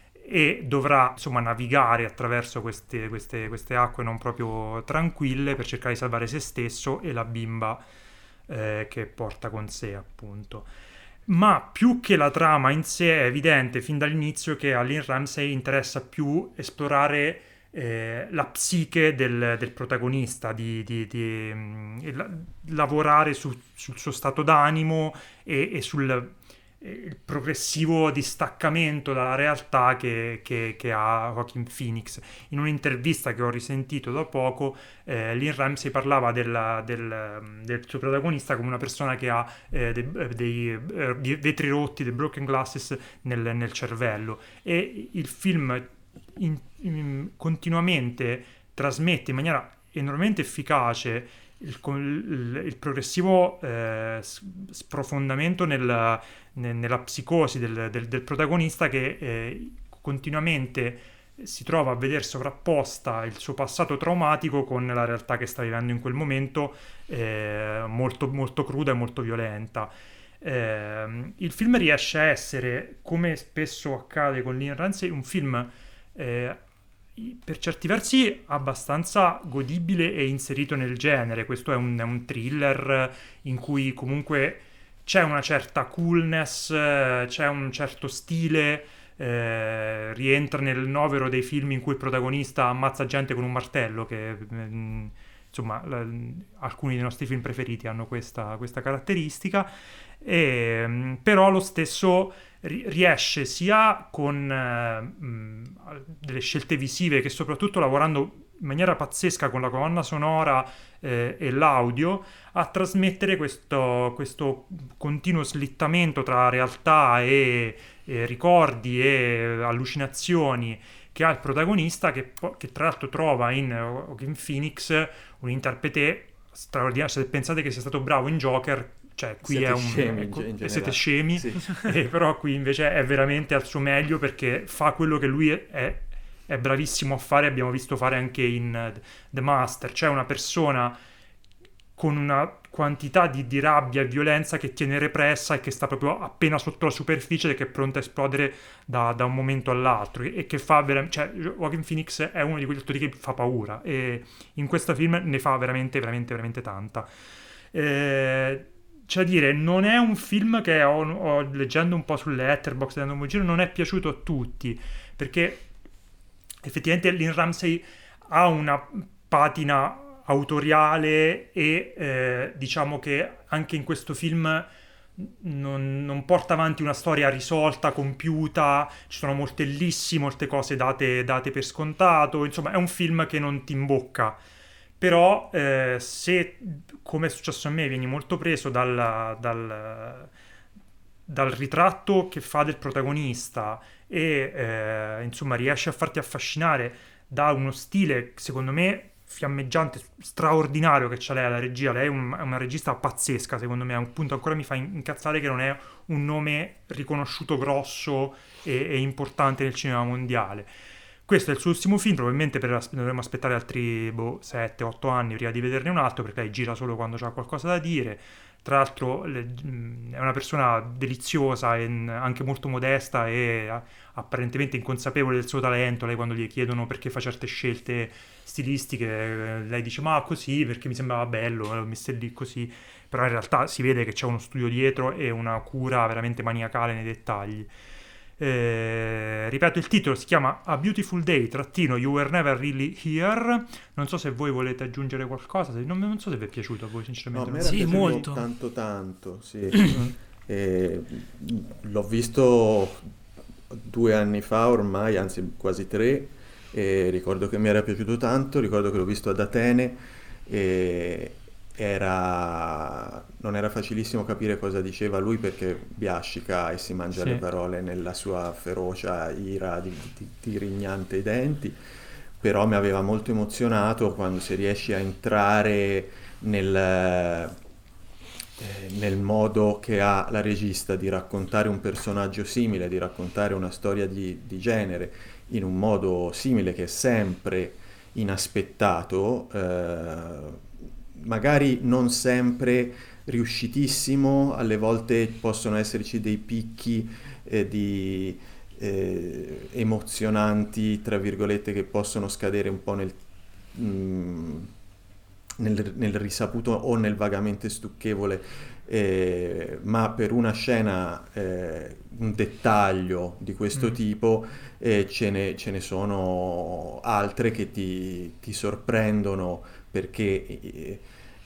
e dovrà insomma navigare attraverso queste, queste, queste acque non proprio tranquille per cercare di salvare se stesso e la bimba eh, che porta con sé, appunto. ma più che la trama in sé è evidente fin dall'inizio che a Lynn Ramsay interessa più esplorare eh, la psiche del, del protagonista, di, di, di mh, la, lavorare su, sul suo stato d'animo e, e sul il progressivo distaccamento dalla realtà che, che, che ha Joaquin Phoenix. In un'intervista che ho risentito da poco, eh, Lynn Ramsay parlava della, del, del suo protagonista come una persona che ha eh, dei, dei, eh, dei vetri rotti, dei broken glasses nel, nel cervello, e il film in, in, continuamente trasmette in maniera enormemente efficace il, il, il progressivo eh, sprofondamento nel, nel, nella psicosi del, del, del protagonista, che eh, continuamente si trova a vedere sovrapposta il suo passato traumatico con la realtà che sta vivendo in quel momento, eh, molto, molto cruda e molto violenta. Eh, il film riesce a essere, come spesso accade con Lynn Ramsay, un film eh, per certi versi abbastanza godibile e inserito nel genere. Questo è un, è un thriller in cui comunque c'è una certa coolness, c'è un certo stile, eh, rientra nel novero dei film in cui il protagonista ammazza gente con un martello, che mh, insomma l- alcuni dei nostri film preferiti hanno questa, questa caratteristica, e, mh, però lo stesso riesce sia con eh, mh, delle scelte visive, che soprattutto lavorando in maniera pazzesca con la colonna sonora eh, e l'audio, a trasmettere questo, questo continuo slittamento tra realtà e, e ricordi e allucinazioni che ha il protagonista, che, che tra l'altro trova in Joaquin Phoenix un interprete straordinario. Se pensate che sia stato bravo in Joker, cioè qui siete è un scemi, ecco, in e siete scemi, sì. E però qui invece è veramente al suo meglio, perché fa quello che lui è, è bravissimo a fare. Abbiamo visto fare anche in uh, The Master, cioè una persona con una quantità di, di rabbia e violenza che tiene repressa e che sta proprio appena sotto la superficie e che è pronta a esplodere da, da un momento all'altro, e, e che fa veramente, cioè Joaquin Phoenix è uno di quegli attori che fa paura, e in questo film ne fa veramente veramente veramente tanta. Eh, C'è da dire, non è un film che ho, ho leggendo un po' su Letterboxd, andando in giro, non è piaciuto a tutti, perché effettivamente Lynn Ramsay ha una patina autoriale e eh, diciamo che anche in questo film non, non porta avanti una storia risolta, compiuta. Ci sono molte ellissi, molte cose date, date per scontato, insomma è un film che non ti imbocca. Però eh, se, come è successo a me, vieni molto preso dal, dal, dal ritratto che fa del protagonista e eh, insomma riesce a farti affascinare da uno stile, secondo me, fiammeggiante, straordinario che c'ha lei alla regia. Lei è, un, è una regista pazzesca, secondo me. A un punto ancora mi fa incazzare che non è un nome riconosciuto grosso e, e importante nel cinema mondiale. Questo è il suo ultimo film, probabilmente per, dovremmo aspettare altri boh, sette otto anni prima di vederne un altro, perché lei gira solo quando c'ha qualcosa da dire. Tra l'altro le, è una persona deliziosa e anche molto modesta e apparentemente inconsapevole del suo talento. Lei, quando gli chiedono perché fa certe scelte stilistiche, lei dice ma così perché mi sembrava bello, l'ho messo lì così, però in realtà si vede che c'è uno studio dietro e una cura veramente maniacale nei dettagli. Eh, ripeto, il titolo si chiama A Beautiful Day trattino You Were Never Really Here. Non so se voi volete aggiungere qualcosa, se, non, non so se vi è piaciuto a voi sinceramente. No, a me sì, era molto tanto tanto sì. E l'ho visto due anni fa ormai, anzi quasi tre, e ricordo che mi era piaciuto tanto. Ricordo che l'ho visto ad Atene e era non era facilissimo capire cosa diceva lui, perché biascica e si mangia sì. le parole nella sua ferocia ira di, di, di rignante i denti, però mi aveva molto emozionato quando si riesce a entrare nel, eh, nel modo che ha la regista di raccontare un personaggio simile, di raccontare una storia di, di genere in un modo simile, che è sempre inaspettato, eh, magari non sempre riuscitissimo, alle volte possono esserci dei picchi eh, di eh, emozionanti, tra virgolette, che possono scadere un po' nel, mm, nel, nel risaputo o nel vagamente stucchevole eh, ma per una scena, eh, un dettaglio di questo Mm. tipo, eh, ce ne, ce ne sono altre che ti, ti sorprendono perché eh,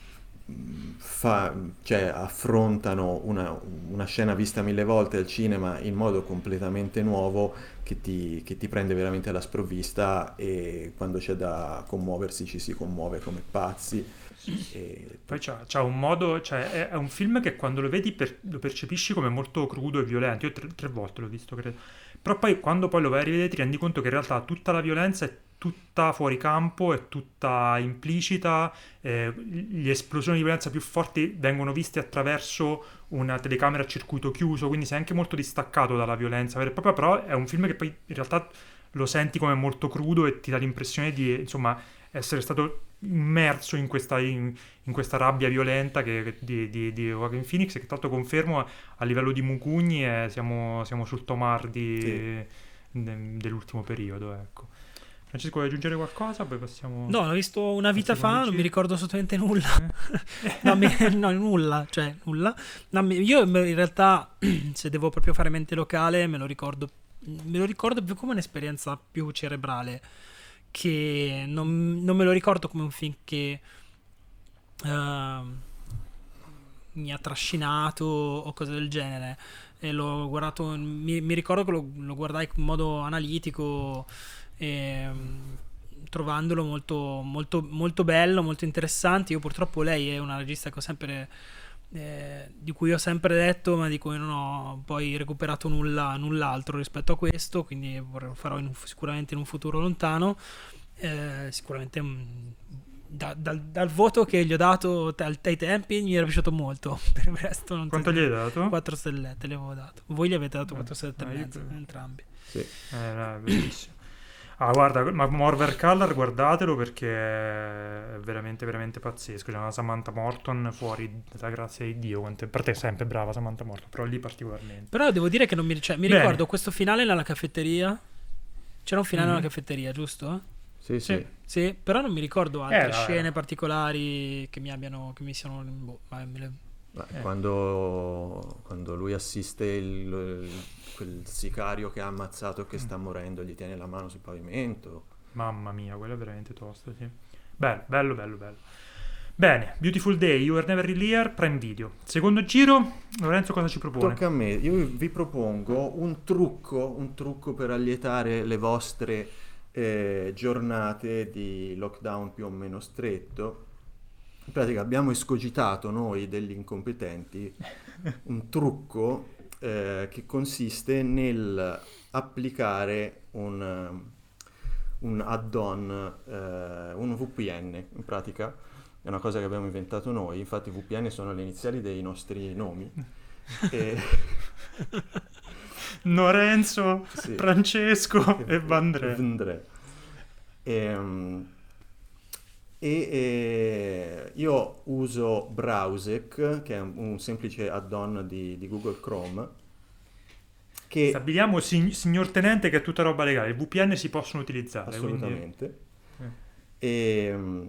fa- cioè, affrontano una, una scena vista mille volte al cinema in modo completamente nuovo che ti, che ti prende veramente alla sprovvista, e quando c'è da commuoversi ci si commuove come pazzi. E Poi c'ha, c'ha un modo, cioè è, è un film che quando lo vedi per- lo percepisci come molto crudo e violento. Io tre, tre volte l'ho visto, credo. Però poi quando poi lo vai a rivedere ti rendi conto che in realtà tutta la violenza è tutta fuori campo, è tutta implicita, eh, le esplosioni di violenza più forti vengono viste attraverso una telecamera a circuito chiuso, quindi sei anche molto distaccato dalla violenza vera e propria, però è un film che poi in realtà lo senti come molto crudo e ti dà l'impressione di, insomma, essere stato immerso in questa, in, in questa rabbia violenta che, che- di, di, di Joaquin Phoenix, che tra l'altro confermo a, a livello di Mukugni eh, siamo, siamo sul Tomar di- sì. de- dell'ultimo periodo, ecco. Francesco, vuoi aggiungere qualcosa? Poi passiamo No, l'ho visto una al vita secondo fa, non giro. mi ricordo assolutamente nulla. Eh? No, mi- no, nulla, cioè nulla. No, mi- io in realtà, se devo proprio fare mente locale, me lo ricordo, me lo ricordo più come un'esperienza più cerebrale, che non, non me lo ricordo come un film che ehm, mi ha trascinato o cose del genere. E l'ho guardato, mi, mi ricordo che lo, lo guardai in modo analitico, ehm, trovandolo molto, molto, molto bello, molto interessante. Io purtroppo lei è una regista che ho sempre, eh, di cui ho sempre detto, ma di cui non ho poi recuperato nulla, null'altro rispetto a questo, quindi vorrei- lo farò in un- sicuramente in un futuro lontano. Eh, sicuramente mm, da- dal, dal voto che gli ho dato ai, ai tempi mi era piaciuto molto. Per il resto non Quanto gli hai dato? quattro stellette le avevo dato. Voi gli avete dato Eh, quattro stellette ah, e io mezzo, per- entrambi. Sì. Eh, no, è bellissimo. Ah, guarda, ma Morver Color, guardatelo perché è veramente, veramente pazzesco. C'è una Samantha Morton fuori da grazia di Dio. Quante... Per te è sempre brava Samantha Morton, però lì particolarmente. Però devo dire che non mi, cioè, mi Bene. ricordo questo finale nella caffetteria. C'era un finale Mhm. nella caffetteria, giusto? Sì, Sì. sì. Sì, però non mi ricordo altre Era- scene era. particolari che mi abbiano, che mi siano, boh, ma me le- Ma Eh. Quando, quando lui assiste il, il- quel sicario che ha ammazzato e che sta morendo, gli tiene la mano sul pavimento. Mamma mia, quello è veramente tosto, sì. Bello, bello, bello, bello. Bene, Beautiful Day, You Are Never Really Here, Prime Video. Secondo giro, Lorenzo cosa ci propone? Tocca a me, io vi propongo un trucco, un trucco per allietare le vostre eh, giornate di lockdown più o meno stretto. In pratica abbiamo escogitato noi degli incompetenti un trucco eh, che consiste nel applicare un, um, un add-on, eh, un V P N, in pratica è una cosa che abbiamo inventato noi, infatti V P N sono le iniziali dei nostri nomi. E... Lorenzo, Sì. Francesco e Vandré. Vandré. Ehm, E, e io uso Browsec, che è un, un semplice add-on di, di Google Chrome, che Stabiliamo, sig- signor Tenente, che è tutta roba legale. I V P N si possono utilizzare. quindi- assolutamente. E, mm,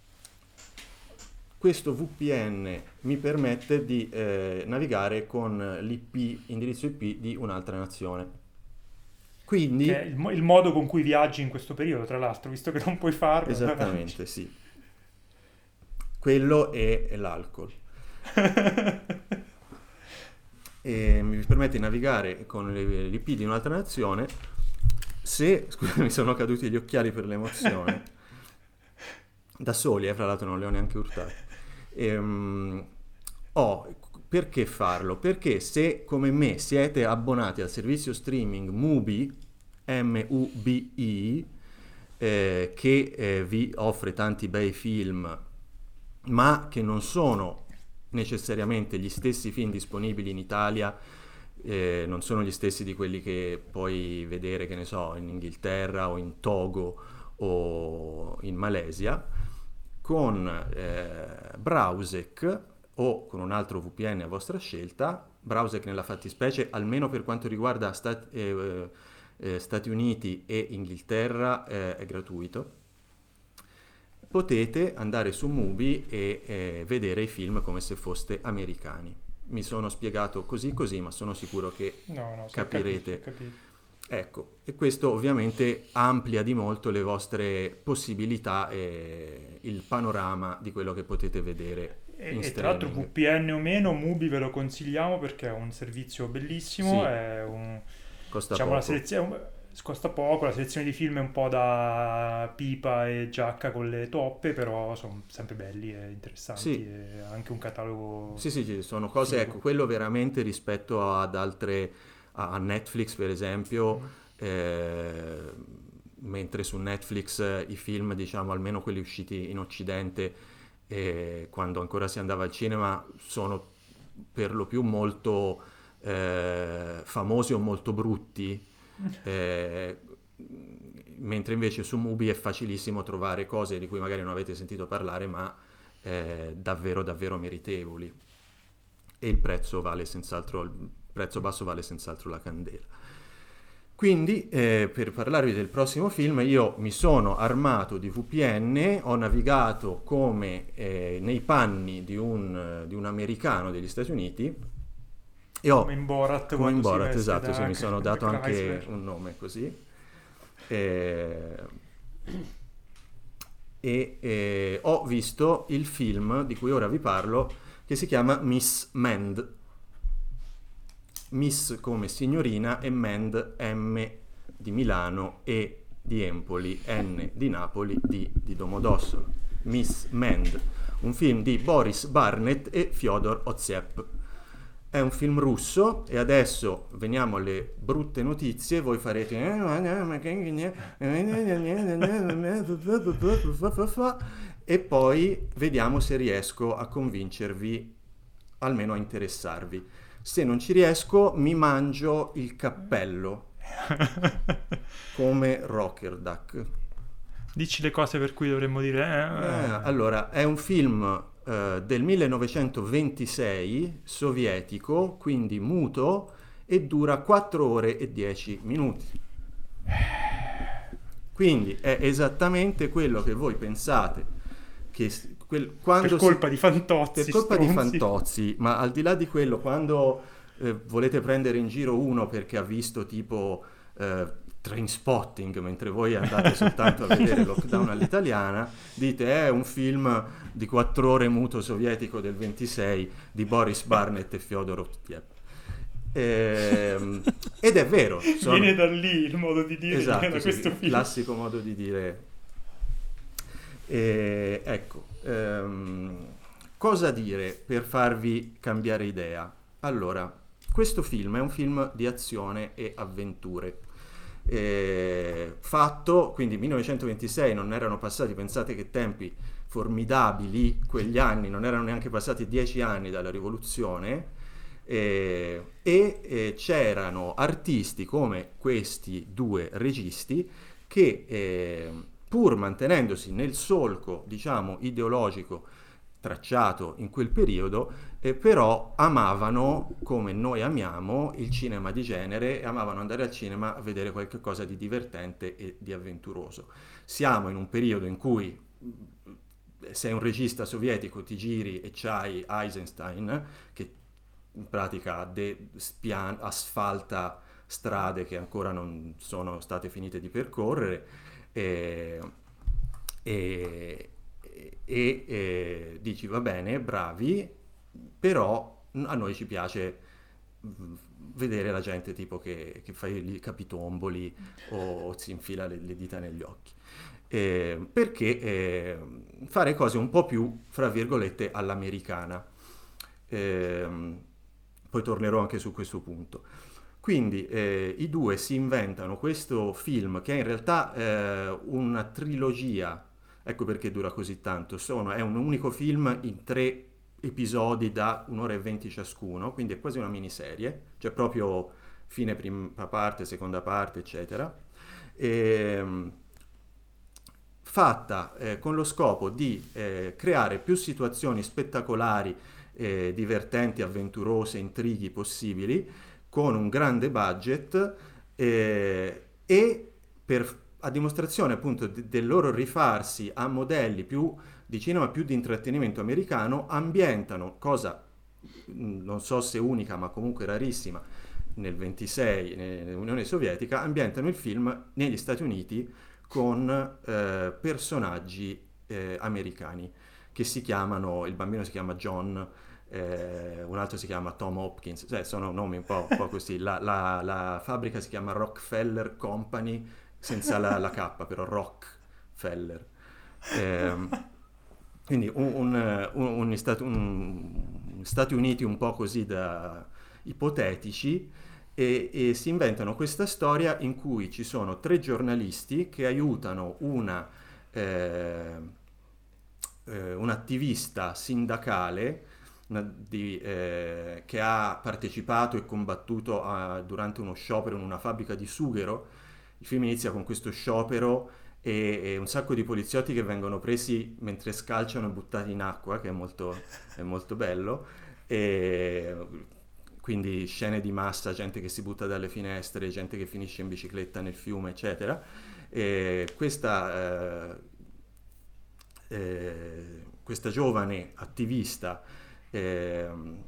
questo V P N mi permette di eh, navigare con l'I P, indirizzo I P di un'altra nazione. Quindi, Che è il, mo- il modo con cui viaggi in questo periodo, tra l'altro, visto che non puoi farlo. esattamente, sì. Quello è l'alcol. E mi permette di navigare con le- l'I P di un'altra nazione. Se, scusa, mi sono caduti gli occhiali per l'emozione. Da soli, eh, fra l'altro non li ho neanche urtati. Ehm, ho- perché farlo? Perché se come me siete abbonati al servizio streaming Mubi, M U B I, eh, che eh, vi offre tanti bei film, ma che non sono necessariamente gli stessi film disponibili in Italia, eh, non sono gli stessi di quelli che puoi vedere, che ne so, in Inghilterra o in Togo o in Malesia, con eh, Browsec o con un altro V P N a vostra scelta. Browsec nella fattispecie, almeno per quanto riguarda Stat- eh, eh, Stati Uniti e Inghilterra, eh, è gratuito. potete andare su Mubi e eh, vedere i film come se foste americani. Mi sono spiegato così così, ma sono sicuro che No, no, so capirete. capito, capito. Ecco, e questo ovviamente amplia di molto le vostre possibilità e il panorama di quello che potete vedere E, in e tra l'altro streaming. V P N o meno, Mubi ve lo consigliamo perché è un servizio bellissimo, Sì. è un, Costa diciamo, la poco. selezione costa poco, la selezione di film è un po' da pipa e giacca con le toppe, però sono sempre belli e interessanti, Sì. e anche un catalogo. Sì, sì, sì, sono cose, Figo. ecco, quello veramente rispetto ad altre, a a Netflix per esempio, eh, mentre su Netflix eh, i film, diciamo, almeno quelli usciti in Occidente, eh, quando ancora si andava al cinema, sono per lo più molto eh, famosi o molto brutti, eh, mentre invece su Mubi è facilissimo trovare cose di cui magari non avete sentito parlare, ma eh, davvero davvero meritevoli, e il prezzo vale senz'altro, il prezzo basso vale senz'altro la candela. Quindi eh, per parlarvi del prossimo film io mi sono armato di V P N, ho navigato come eh, nei panni di un, di un americano degli Stati Uniti e ho Come in Borat, come in quando si Borat, veste esatto, da sì, mi sono dato anche Chrysler. un nome così. Eh, e eh, ho visto il film di cui ora vi parlo, che si chiama Miss Mend. Miss come signorina e Mend, M di Milano, E di Empoli, N di Napoli, D di Domodossola. Miss Mend, un film di Boris Barnett e Fyodor Oziep. È un film russo e adesso veniamo alle brutte notizie. Voi farete e poi vediamo se riesco a convincervi, almeno a interessarvi. Se non ci riesco mi mangio il cappello come Rocker Duck. Dici le cose per cui dovremmo dire. Eh, Eh, allora, è un film eh, del millenovecentoventisei, sovietico, quindi muto, e dura quattro ore e dieci minuti. Quindi è esattamente quello che voi pensate che s- quel- quando per si- colpa di Fantozzi. per colpa di stronzi. Fantozzi, ma al di là di quello, quando eh, volete prendere in giro uno perché ha visto tipo eh, Trainspotting, mentre voi andate soltanto a vedere Lockdown all'italiana, dite è un film di quattro ore muto sovietico del ventisei di Boris Barnett e Fyodor Oziep. Ehm, ed è vero, sono- Viene da lì il modo di dire esatto, da sì, questo il film. classico modo di dire. E, ecco, ehm, cosa dire per farvi cambiare idea? Allora, questo film è un film di azione e avventure. Eh, fatto, quindi millenovecentoventisei, non erano passati, pensate che tempi formidabili quegli anni, non erano neanche passati dieci anni dalla rivoluzione, eh, e eh, c'erano artisti come questi due registi che eh, pur mantenendosi nel solco, diciamo, ideologico tracciato in quel periodo, eh, però amavano, come noi amiamo, il cinema di genere e amavano andare al cinema a vedere qualche cosa di divertente e di avventuroso. Siamo in un periodo in cui mh, sei un regista sovietico, ti giri e c'hai Eisenstein che in pratica de- spian- asfalta strade che ancora non sono state finite di percorrere, e, e, e, e dici va bene, bravi, però a noi ci piace mh, vedere la gente tipo che, che fa i capitomboli o si infila le, le dita negli occhi. Eh, perché eh, fare cose un po' più, fra virgolette, all'americana. Eh, poi tornerò anche su questo punto. Quindi eh, i due si inventano questo film che è in realtà eh, una trilogia, ecco perché dura così tanto. Sono, è un unico film in tre episodi da un'ora e venti ciascuno, quindi è quasi una miniserie, cioè proprio fine prima parte, seconda parte, eccetera. E, fatta eh, con lo scopo di eh, creare più situazioni spettacolari, eh, divertenti, avventurose, intrighi possibili, con un grande budget, eh, e per a dimostrazione appunto de- del loro rifarsi a modelli più di cinema, più di intrattenimento americano, ambientano, cosa mh, non so se unica ma comunque rarissima, nel ventisei nell'Unione Sovietica, ambientano il film negli Stati Uniti con eh, personaggi eh, americani che si chiamano, il bambino si chiama John, eh, un altro si chiama Tom Hopkins, cioè sono nomi un po', un po' così. La, la, la fabbrica si chiama Rockefeller Company, senza la, la K, però Rockefeller. Eh, quindi un, un, un, un, Stati, un Stati Uniti un po' così da ipotetici, e, e si inventano questa storia in cui ci sono tre giornalisti che aiutano una, eh, eh, un'attivista sindacale una, di, eh, che ha partecipato e combattuto a, durante uno sciopero in una fabbrica di sughero. Il film inizia con questo sciopero e, e un sacco di poliziotti che vengono presi mentre scalciano e buttati in acqua, che è molto, è molto bello. E quindi scene di massa, gente che si butta dalle finestre, gente che finisce in bicicletta nel fiume, eccetera. E questa, eh, eh, questa giovane attivista eh,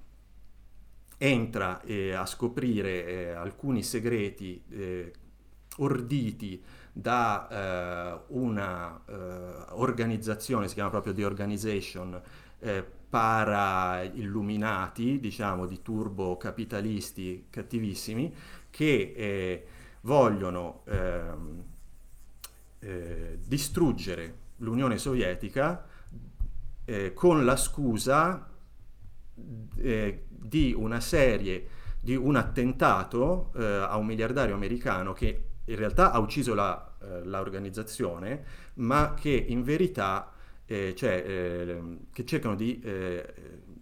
entra eh, a scoprire eh, alcuni segreti eh, orditi da uh, una uh, organizzazione, si chiama proprio The Organization, eh, para illuminati, diciamo di turbo capitalisti cattivissimi, che eh, vogliono eh, eh, distruggere l'Unione Sovietica eh, con la scusa eh, di una serie, di un attentato eh, a un miliardario americano che in realtà ha ucciso la, eh, l'organizzazione, ma che in verità, eh, cioè, eh, che cercano di eh,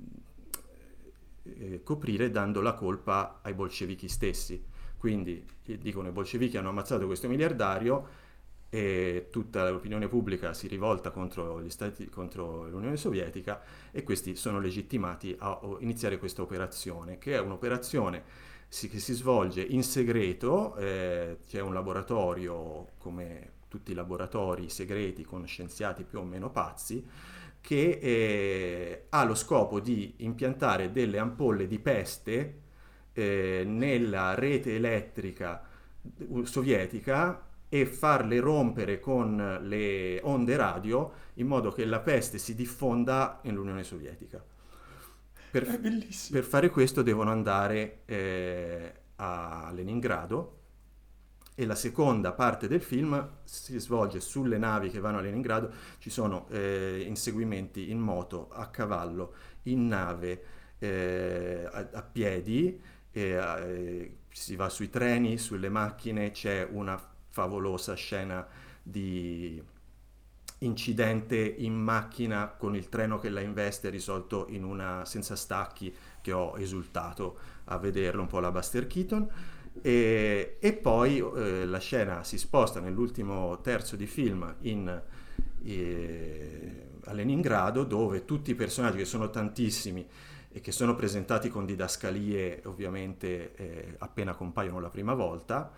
eh, coprire dando la colpa ai bolscevichi stessi. Quindi dicono i bolscevichi hanno ammazzato questo miliardario e tutta l'opinione pubblica si rivolta contro gli Stati, contro l'Unione Sovietica, e questi sono legittimati a iniziare questa operazione, che è un'operazione che si svolge in segreto. Eh, c'è un laboratorio, come tutti i laboratori segreti con scienziati più o meno pazzi, che eh, ha lo scopo di impiantare delle ampolle di peste eh, nella rete elettrica sovietica e farle rompere con le onde radio in modo che la peste si diffonda nell'Unione Sovietica. Per, È bellissimo. per fare questo devono andare eh, a Leningrado, e la seconda parte del film si svolge sulle navi che vanno a Leningrado. Ci sono eh, inseguimenti in moto, a cavallo, in nave, eh, a, a piedi, eh, eh, si va sui treni, sulle macchine. C'è una favolosa scena di incidente in macchina con il treno che la investe, risolto in una senza stacchi, che ho esultato a vederlo, un po' la Buster Keaton. E, e poi eh, la scena si sposta nell'ultimo terzo di film in, eh, a Leningrado, dove tutti i personaggi, che sono tantissimi e che sono presentati con didascalie ovviamente eh, appena compaiono la prima volta,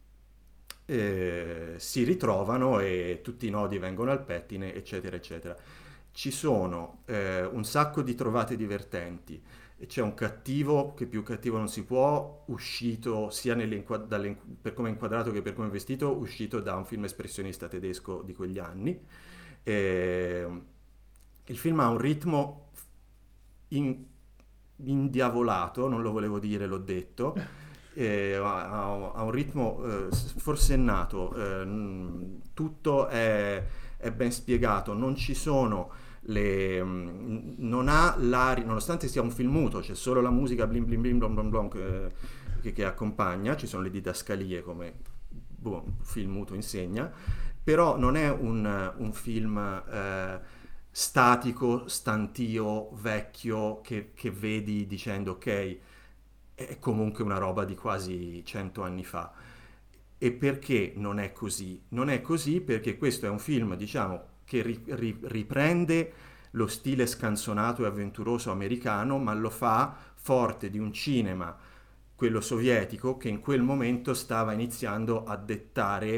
Eh, si ritrovano e tutti i nodi vengono al pettine, eccetera eccetera. Ci sono eh, un sacco di trovate divertenti, e c'è un cattivo che più cattivo non si può, uscito sia dalle, per come è inquadrato che per come è vestito, uscito da un film espressionista tedesco di quegli anni. Eh, il film ha un ritmo in, indiavolato, non lo volevo dire, l'ho detto. Eh, ha, ha un ritmo eh, forsennato, eh, tutto è, è ben spiegato, non ci sono le mh, non ha l'aria, nonostante sia un film muto, c'è solo la musica blim blim blim blom blom blom che, che, che accompagna, ci sono le didascalie come boh, un film muto insegna, però non è un, un film eh, statico, stantio, vecchio, che, che vedi dicendo ok, è comunque una roba di quasi cento anni fa. E perché non è così? Non è così perché questo è un film, diciamo, che ri, ri, riprende lo stile scanzonato e avventuroso americano, ma lo fa forte di un cinema, quello sovietico, che in quel momento stava iniziando a dettare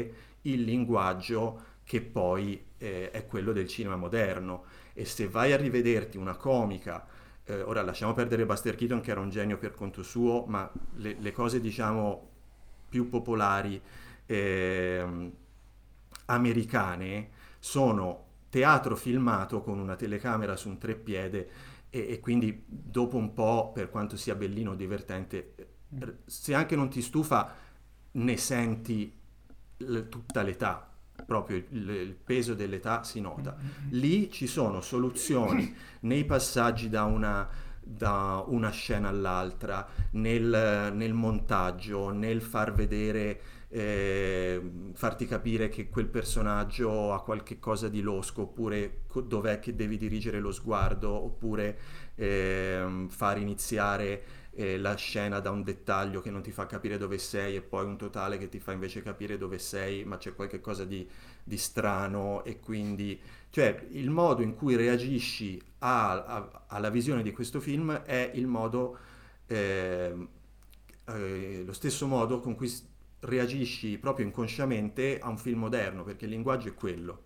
il linguaggio che poi eh, è quello del cinema moderno. E se vai a rivederti una comica, eh, ora lasciamo perdere Buster Keaton che era un genio per conto suo, ma le, le cose diciamo più popolari eh, americane sono teatro filmato con una telecamera su un treppiede e, e quindi dopo un po', per quanto sia bellino o divertente, se anche non ti stufa ne senti l- tutta l'età, proprio il, il peso dell'età si nota. Lì ci sono soluzioni nei passaggi da una, da una scena all'altra, nel, nel montaggio, nel far vedere, eh, farti capire che quel personaggio ha qualche cosa di losco, oppure co- dov'è che devi dirigere lo sguardo, oppure eh, far iniziare eh, la scena da un dettaglio che non ti fa capire dove sei e poi un totale che ti fa invece capire dove sei, ma c'è qualche cosa di, di strano, e quindi cioè il modo in cui reagisci a, a, alla visione di questo film è il modo eh, eh, lo stesso modo con cui s- reagisci proprio inconsciamente a un film moderno, perché il linguaggio è quello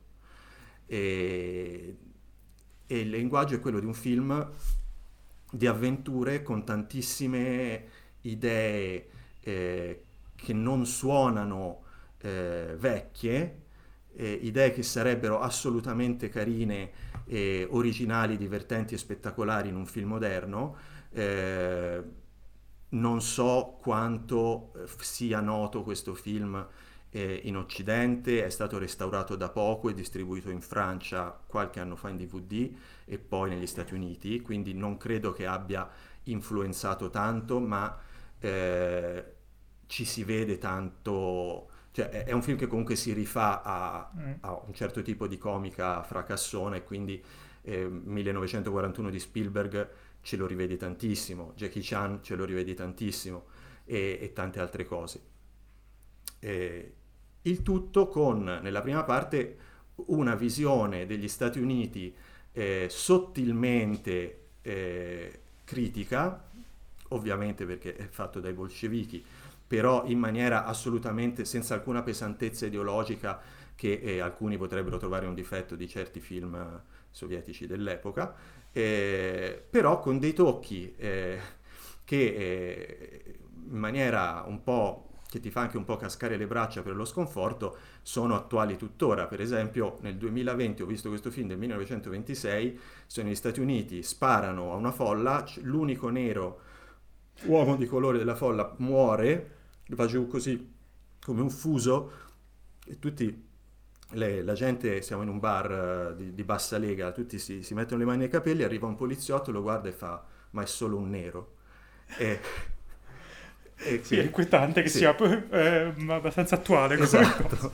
e, e il linguaggio è quello di un film di avventure con tantissime idee eh, che non suonano eh, vecchie, eh, idee che sarebbero assolutamente carine, e originali, divertenti e spettacolari in un film moderno. Eh, non so quanto eh, sia noto questo film eh, in Occidente, è stato restaurato da poco e distribuito in Francia qualche anno fa in D V D e poi negli Stati Uniti, quindi non credo che abbia influenzato tanto, ma eh, ci si vede tanto, cioè è, è un film che comunque si rifà a, Mm. a un certo tipo di comica fracassona, e quindi eh, millenovecentoquarantuno di Spielberg ce lo rivedi tantissimo, Jackie Chan ce lo rivedi tantissimo, e, e tante altre cose. Eh, il tutto con, nella prima parte, una visione degli Stati Uniti eh, sottilmente eh, critica, ovviamente perché è fatto dai bolscevichi, però in maniera assolutamente senza alcuna pesantezza ideologica, che eh, alcuni potrebbero trovare un difetto di certi film eh, sovietici dell'epoca, eh, però con dei tocchi eh, che eh, in maniera un po' che ti fa anche un po' cascare le braccia per lo sconforto, sono attuali tuttora. Per esempio nel duemilaventi ho visto questo film del millenovecentoventisei, sono negli Stati Uniti, sparano a una folla, c- l'unico nero uomo di colore della folla muore, va giù così come un fuso, e tutti le- la gente, siamo in un bar eh, di, di bassa lega, tutti si, si mettono le mani nei capelli, arriva un poliziotto, lo guarda e fa ma è solo un nero. E, e Sì, è qui- inquietante che sì. sia eh, abbastanza attuale come Esatto. cosa.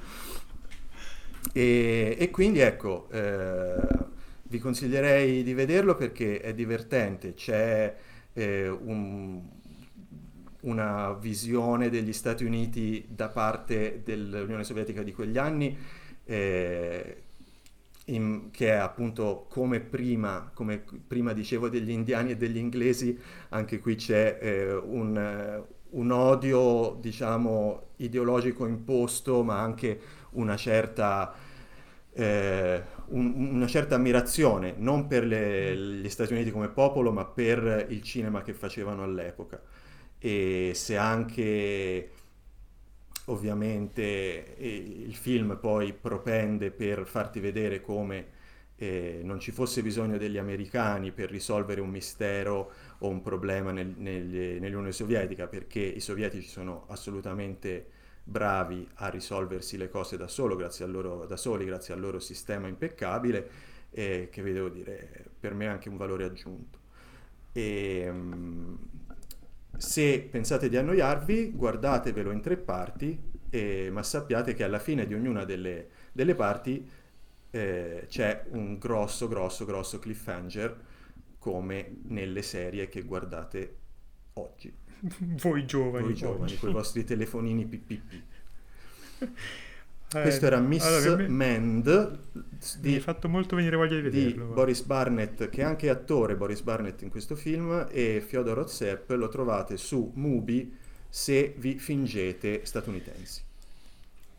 E, e quindi ecco, eh, vi consiglierei di vederlo perché è divertente, c'è eh, un- una visione degli Stati Uniti da parte dell'Unione Sovietica di quegli anni, eh, in- che è appunto come prima, come prima dicevo degli indiani e degli inglesi, anche qui c'è eh, un, eh, un odio, diciamo, ideologico imposto, ma anche una certa, eh, un- una certa ammirazione, non per le- gli Stati Uniti come popolo, ma per il cinema che facevano all'epoca. E se anche ovviamente eh, il film poi propende per farti vedere come eh, non ci fosse bisogno degli americani per risolvere un mistero o un problema nel- negli- nell'Unione Sovietica, perché i sovietici sono assolutamente bravi a risolversi le cose da solo, grazie al loro, da soli, grazie al loro sistema impeccabile, eh, che vi devo dire, per me è anche un valore aggiunto. E, mm, se pensate di annoiarvi, guardatevelo in tre parti, eh, ma sappiate che alla fine di ognuna delle, delle parti eh, c'è un grosso, grosso, grosso cliffhanger, come nelle serie che guardate oggi, Voi giovani, voi giovani, oggi. con i vostri telefonini P P P. Eh, Questo era Miss allora, mi, Mend mi hai di, fatto molto venire voglia di di vederlo. guarda. Boris Barnett, che è anche attore Boris Barnett in questo film, e Fyodor Otsep. Lo trovate su Mubi se vi fingete statunitensi.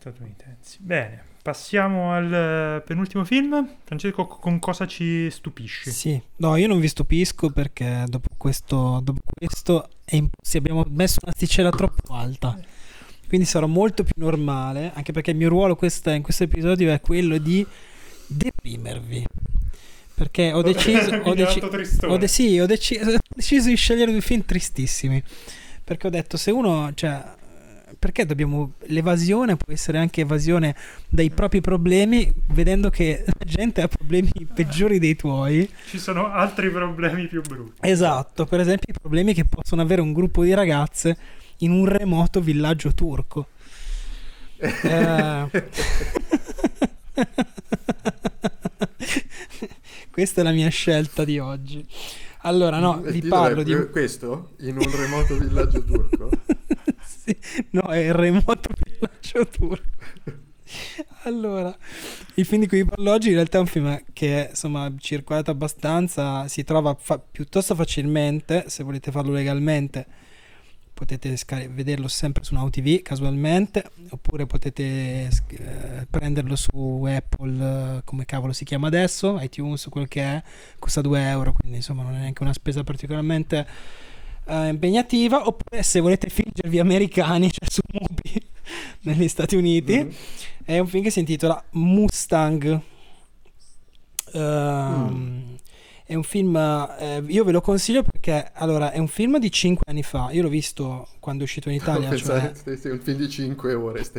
statunitensi. Bene, passiamo al penultimo film. Francesco, con cosa ci stupisci? Sì, no, io non vi stupisco perché dopo questo, dopo questo è impossibile, abbiamo messo un'asticella troppo alta. Quindi sarò molto più normale, anche perché il mio ruolo questa, in questo episodio è quello di deprimervi. Perché ho deciso, ho, deci- ho, de- sì, ho, deci- ho deciso di scegliere due film tristissimi. Perché ho detto, se uno, cioè, perché dobbiamo, l'evasione può essere anche evasione dai propri problemi, vedendo che la gente ha problemi peggiori dei tuoi. Ci sono altri problemi più brutti. Esatto, per esempio i problemi che possono avere un gruppo di ragazze in un remoto villaggio turco. eh... Questa è la mia scelta di oggi. Allora, no, il vi parlo di questo in un remoto villaggio turco. Sì, no, è il remoto villaggio turco. Allora, il film di cui vi parlo oggi in realtà è un film che è, insomma, circolato abbastanza, si trova fa- piuttosto facilmente, se volete farlo legalmente potete scar- vederlo sempre su Now T V casualmente, oppure potete eh, prenderlo su Apple, eh, come cavolo si chiama adesso, iTunes, quel che è, costa due euro, quindi insomma non è neanche una spesa particolarmente eh, impegnativa. Oppure se volete fingervi americani, cioè su Mubi negli Stati Uniti, mm-hmm. è un film che si intitola Mustang. Uh, mm. È un film, eh, io ve lo consiglio perché allora è un film di cinque anni fa. Io l'ho visto quando è uscito in Italia. No, cioè... È un film di cinque ore. Ste...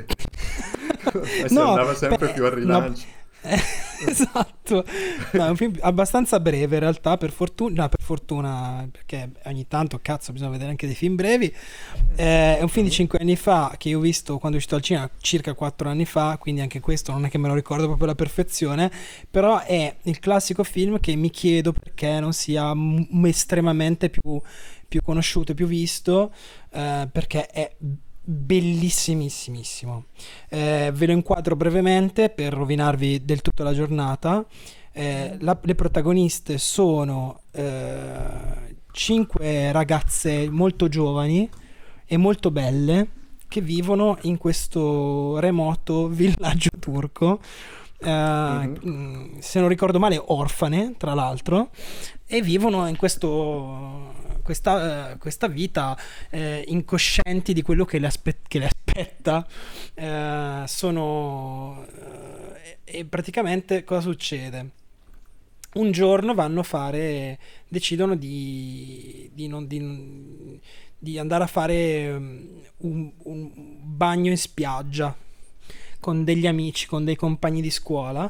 no, andava sempre beh, più al rilancio. No, eh, esatto. No, è un film abbastanza breve in realtà, per fortuna, no, per fortuna, perché ogni tanto cazzo bisogna vedere anche dei film brevi. Eh, è un film di cinque anni fa che io ho visto quando è uscito al cinema circa quattro anni fa, quindi anche questo non è che me lo ricordo proprio alla perfezione, però è il classico film che mi chiedo perché non sia m- estremamente più, più conosciuto e più visto, eh, perché è bellissimissimissimo. Eh, ve lo inquadro brevemente per rovinarvi del tutto la giornata. Eh, la, le protagoniste sono eh, cinque ragazze molto giovani e molto belle che vivono in questo remoto villaggio turco. Uh, mm-hmm. Se non ricordo male orfane tra l'altro, e vivono in questo questa, uh, questa vita uh, incoscienti di quello che le, aspe- che le aspetta. Uh, sono uh, e, e praticamente cosa succede? Un giorno vanno a fare, decidono di, di, non, di, di andare a fare un, un bagno in spiaggia con degli amici, con dei compagni di scuola,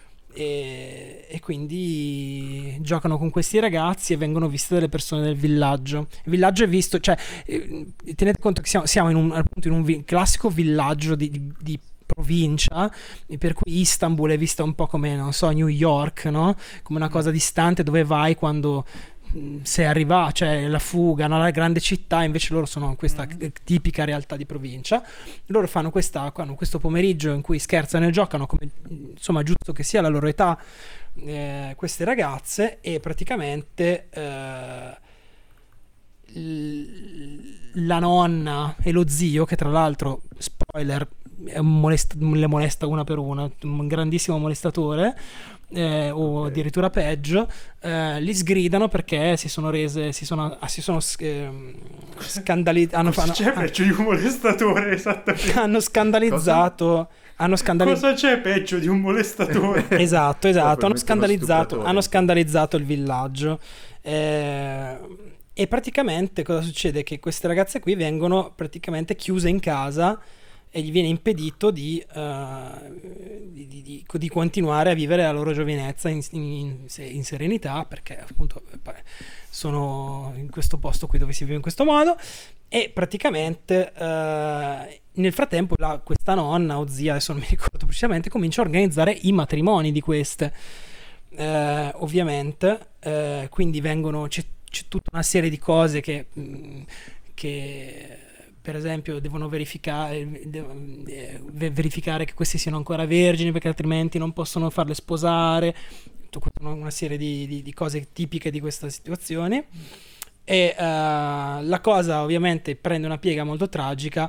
e, e quindi giocano con questi ragazzi e vengono viste dalle persone del villaggio. Il villaggio è visto, cioè eh, tenete conto che siamo, siamo in un, appunto in un vi- classico villaggio di, di, di provincia, per cui Istanbul è vista un po' come, non so, New York, no? Come una cosa distante dove vai quando se arriva, cioè la fuga, no? La grande città. Invece loro sono questa mm. tipica realtà di provincia. Loro fanno questa, hanno questo pomeriggio in cui scherzano e giocano come insomma giusto che sia la loro età, eh, queste ragazze, e praticamente eh, l- la nonna e lo zio, che tra l'altro, spoiler, molest- le molesta una per una, un grandissimo molestatore, eh, o okay. addirittura peggio, eh, li sgridano perché si sono rese, si sono, si sono eh, scandalizzati. Cosa c'è peggio di un molestatore? Esattamente. Hanno scandalizzato. Cosa? Hanno scandalizzato. Cosa c'è peggio di un molestatore? Esatto, esatto. hanno scandalizzato, hanno scandalizzato il villaggio. Eh, e praticamente cosa succede? Che queste ragazze qui vengono praticamente chiuse in casa e gli viene impedito di, uh, di, di, di, di continuare a vivere la loro giovinezza in, in, in serenità, perché appunto sono in questo posto qui dove si vive in questo modo. E praticamente uh, nel frattempo la, questa nonna o zia, adesso non mi ricordo precisamente, comincia a organizzare i matrimoni di queste, uh, ovviamente, uh, quindi vengono, c'è, c'è tutta una serie di cose che, che per esempio devono verificare, verificare che questi siano ancora vergini, perché altrimenti non possono farle sposare, tutta una serie di, di, di cose tipiche di questa situazione. E uh, la cosa ovviamente prende una piega molto tragica,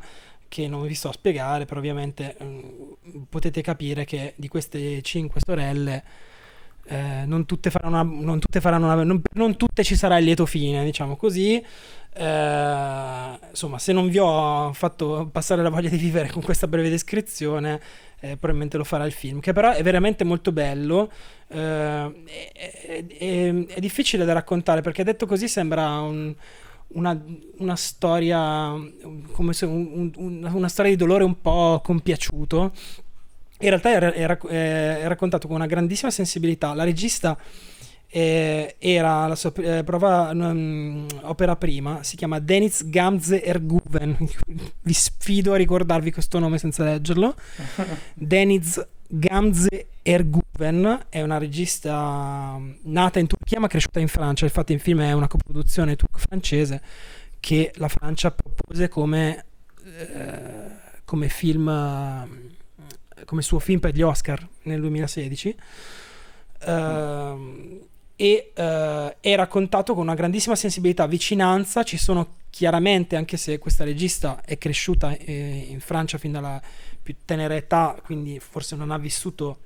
che non vi sto a spiegare, però ovviamente mh, potete capire che di queste cinque sorelle eh, non tutte faranno una, non tutte faranno una, non, non tutte ci sarà il lieto fine, diciamo così. Eh, insomma, se non vi ho fatto passare la voglia di vivere con questa breve descrizione, eh, probabilmente lo farà il film, che però è veramente molto bello. Eh, è, è, è difficile da raccontare, perché detto così sembra un Una, una storia come se un, un, una storia di dolore un po' compiaciuto. In realtà è, è, è raccontato con una grandissima sensibilità. La regista eh, era la sua eh, prova um, opera prima, si chiama Deniz Gamze Erguven. Vi sfido a ricordarvi questo nome senza leggerlo. Deniz Gamze Erguven è una regista nata in Turchia ma cresciuta in Francia. Infatti il film è una coproduzione turco-francese che la Francia propose come eh, come film come suo film per gli Oscar nel duemilasedici, uh, e uh, è raccontato con una grandissima sensibilità, vicinanza. Ci sono chiaramente, anche se questa regista è cresciuta eh, in Francia fin dalla più tenera età, quindi forse non ha vissuto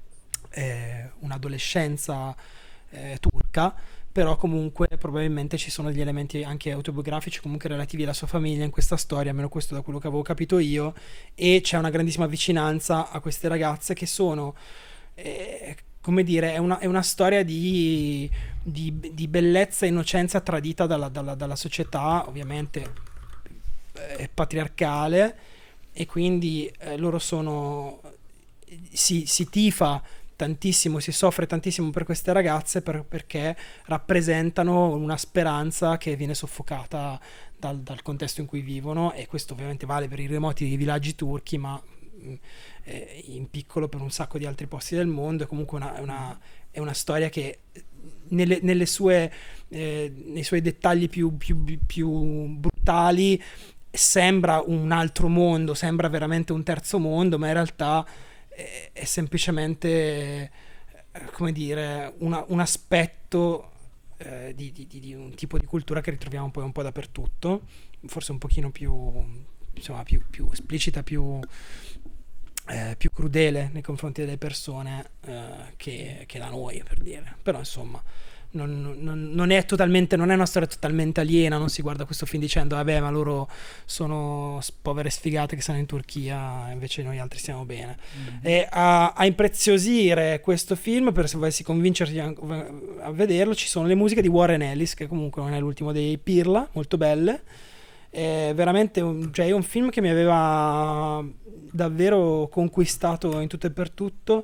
eh, un'adolescenza eh, turca, però comunque probabilmente ci sono degli elementi anche autobiografici comunque relativi alla sua famiglia in questa storia, almeno questo da quello che avevo capito io, e c'è una grandissima vicinanza a queste ragazze che sono eh, come dire, è una, è una storia di, di, di bellezza e innocenza tradita dalla, dalla, dalla società, ovviamente eh, patriarcale, e quindi eh, loro sono si, si tifa tantissimo, si soffre tantissimo per queste ragazze per, perché rappresentano una speranza che viene soffocata dal, dal contesto in cui vivono, e questo ovviamente vale per i remoti villaggi turchi, ma eh, in piccolo per un sacco di altri posti del mondo. È comunque una, è una, è una storia che nelle, nelle sue, eh, nei suoi dettagli più, più, più brutali sembra un altro mondo, sembra veramente un terzo mondo, ma in realtà è semplicemente, come dire, una, un aspetto eh, di, di, di un tipo di cultura che ritroviamo poi un po' dappertutto, forse un pochino più, insomma, più, più esplicita, più, eh, più crudele nei confronti delle persone eh, che, che da noi, per dire. Però insomma non, non, non è totalmente, non è una storia totalmente aliena, non si guarda questo film dicendo vabbè ma loro sono povere sfigate che sono in Turchia invece noi altri stiamo bene. Mm-hmm. E a, a impreziosire questo film, per se volessi convincerti a, a vederlo, ci sono le musiche di Warren Ellis, che comunque non è l'ultimo dei Pirla, molto belle. È veramente un, cioè è un film che mi aveva davvero conquistato in tutto e per tutto.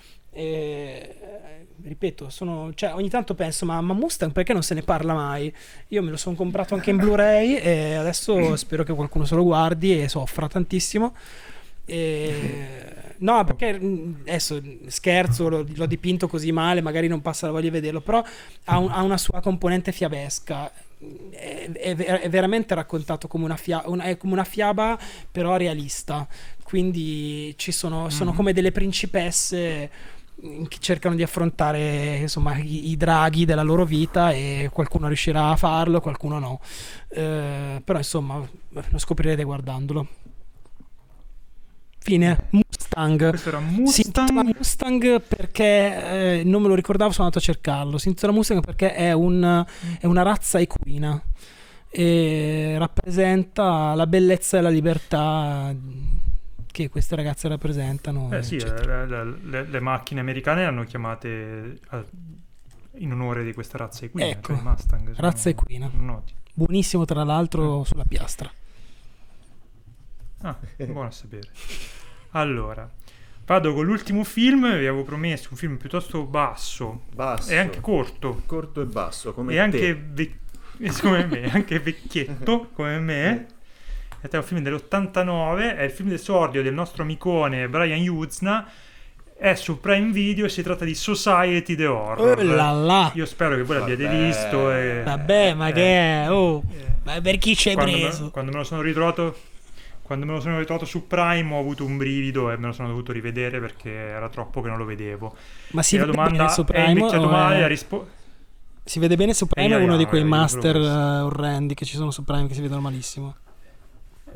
E ripeto, sono, cioè, ogni tanto penso ma, ma Mustang perché non se ne parla mai? Io me lo sono comprato anche in Blu-ray e adesso spero che qualcuno se lo guardi e soffra tantissimo. E... no, perché adesso scherzo, l'ho, l'ho dipinto così male, magari non passa la voglia di vederlo, però ha, un, ha una sua componente fiabesca. È, è, è veramente raccontato come una, fia, una, è come una fiaba però realista, quindi ci sono, sono mm-hmm. come delle principesse che cercano di affrontare insomma i, i draghi della loro vita, e qualcuno riuscirà a farlo, qualcuno no, eh, però insomma lo scoprirete guardandolo. Fine. Mustang. Questo era Mustang. Si intitola Mustang perché eh, non me lo ricordavo, sono andato a cercarlo. Si intitola Mustang perché è, un, è una razza equina e rappresenta la bellezza e la libertà che queste ragazze rappresentano. Eh sì, le, le, le macchine americane le hanno chiamate in onore di questa razza equina. Ecco, cioè Mustang, razza equina. Noti. Buonissimo tra l'altro mm. sulla piastra. Ah, buono a sapere. Allora, vado con l'ultimo film. Vi avevo promesso un film piuttosto basso, basso. E anche corto. Corto e basso, come e te. anche ve- come me, anche vecchietto come me. È un film dell'ottantanove, è il film d'esordio del nostro amicone Brian Yuzna. È su Prime Video e si tratta di Society the Horror. Oh là là. Io spero che voi l'abbiate visto. E, Vabbè, ma eh, che è? Oh, eh, ma per chi ci hai quando preso? Me, quando me lo sono ritrovato, quando me lo sono ritrovato su Prime ho avuto un brivido e me lo sono dovuto rivedere perché era troppo che non lo vedevo. Ma si e vede la domanda bene su Prime? È invecchiato male, è... la risposta. Si vede bene su Prime, eh, o uno no, di quei no, master uh, orrendi che ci sono su Prime che si vedono malissimo?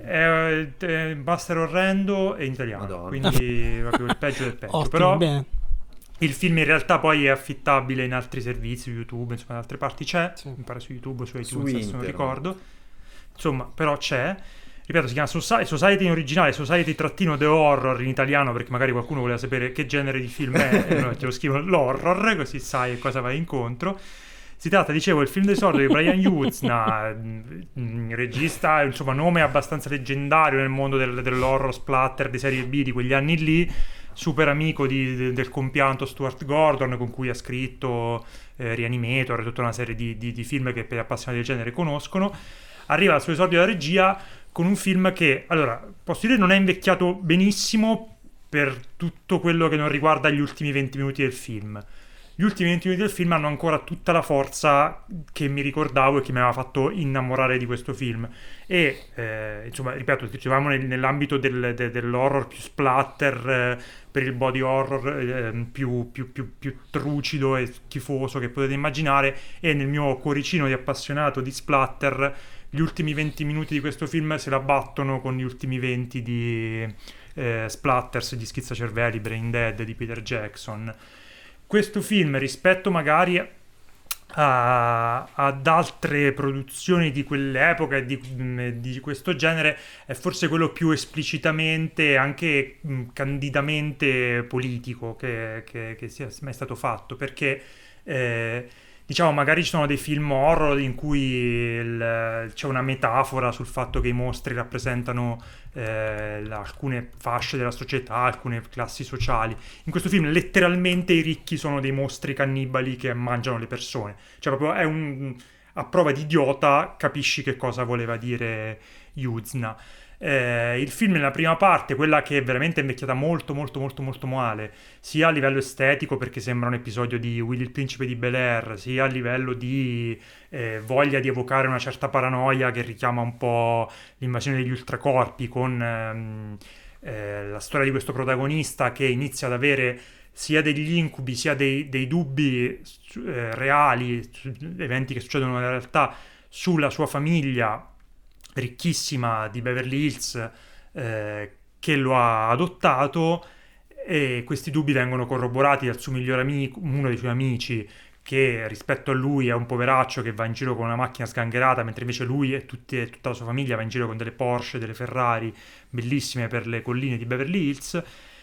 è, è Buster Orrendo e in italiano, Madonna. quindi proprio il peggio del peggio. Ottimo, Però bene. il film in realtà poi è affittabile in altri servizi, YouTube, insomma da altre parti c'è, Sì. mi pare su YouTube o su Su iTunes, adesso non internet. ricordo. Insomma, però c'è. Ripeto, si chiama Soci- Society in originale, Society-The Horror in italiano, perché magari qualcuno voleva sapere che genere di film è, e allora te lo scrivo l'horror, così sai a cosa vai incontro. Si tratta, dicevo, il film d'esordio di Brian Yuzna, mh, regista, insomma, nome abbastanza leggendario nel mondo del, dell'horror splatter di serie B di quegli anni lì, super amico di- de- del compianto Stuart Gordon, con cui ha scritto eh, Reanimator e tutta una serie di, di- di film che per gli appassionati del genere conoscono. Arriva al suo esordio alla regia con un film che, allora, posso dire non è invecchiato benissimo per tutto quello che non riguarda gli ultimi venti minuti del film. Gli ultimi venti minuti del film hanno ancora tutta la forza che mi ricordavo e che mi aveva fatto innamorare di questo film. E, eh, insomma, ripeto, dicevamo nel- nell'ambito del- de- dell'horror più splatter, eh, per il body horror eh, più, più- più- più trucido e schifoso che potete immaginare, e nel mio cuoricino di appassionato di splatter gli ultimi venti minuti di questo film se la battono con gli ultimi venti di eh, Splatters, di Schizzacervelli, Brain Dead di Peter Jackson. Questo film, rispetto magari a- ad altre produzioni di quell'epoca e di, mh, di questo genere, è forse quello più esplicitamente e anche mh, candidamente politico che, che- che sia mai stato fatto, perché eh, diciamo, magari ci sono dei film horror in cui il- c'è una metafora sul fatto che i mostri rappresentano eh, la- alcune fasce della società, alcune classi sociali. In questo film letteralmente i ricchi sono dei mostri cannibali che mangiano le persone. Cioè proprio è un... a prova di idiota capisci che cosa voleva dire Yuzna. Eh, il film nella prima parte, quella che è veramente invecchiata molto molto molto molto male, sia a livello estetico perché sembra un episodio di Willy il Principe di Bel-Air, sia a livello di eh, voglia di evocare una certa paranoia che richiama un po' l'invasione degli ultracorpi, con ehm, eh, la storia di questo protagonista che inizia ad avere sia degli incubi sia dei, dei dubbi eh, reali, su eventi che succedono nella realtà, sulla sua famiglia ricchissima di Beverly Hills eh, che lo ha adottato, e questi dubbi vengono corroborati dal suo migliore amico, uno dei suoi amici, che rispetto a lui è un poveraccio che va in giro con una macchina sgangherata, mentre invece lui e, tutti- e tutta la sua famiglia va in giro con delle Porsche, delle Ferrari bellissime per le colline di Beverly Hills.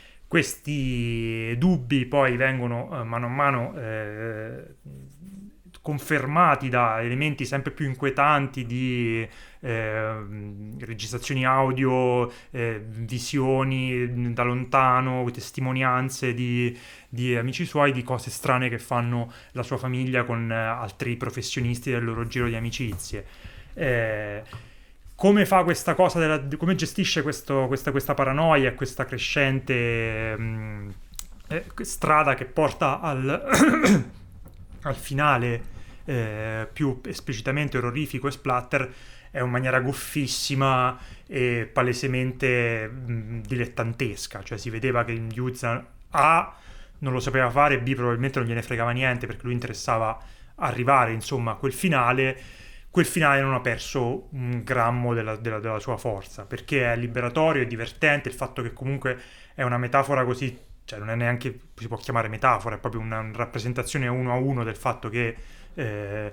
Questi dubbi poi vengono eh, mano a mano eh, confermati da elementi sempre più inquietanti di eh, registrazioni audio, eh, visioni da lontano, testimonianze di, di amici suoi, di cose strane che fanno la sua famiglia con eh, altri professionisti del loro giro di amicizie. Eh, come fa questa cosa, della, come gestisce questo, questa, questa paranoia e questa crescente mh, eh, strada che porta al, al finale eh, più esplicitamente orrorifico e splatter, è in maniera goffissima e palesemente mh, dilettantesca. Cioè si vedeva che Yuzna A non lo sapeva fare, B probabilmente non gliene fregava niente, perché lui interessava arrivare insomma a quel finale. Quel finale non ha perso un grammo della, della- della sua forza, perché è liberatorio, è divertente. Il fatto che comunque è una metafora così, cioè non è neanche, si può chiamare metafora, è proprio una rappresentazione uno a uno del fatto che eh,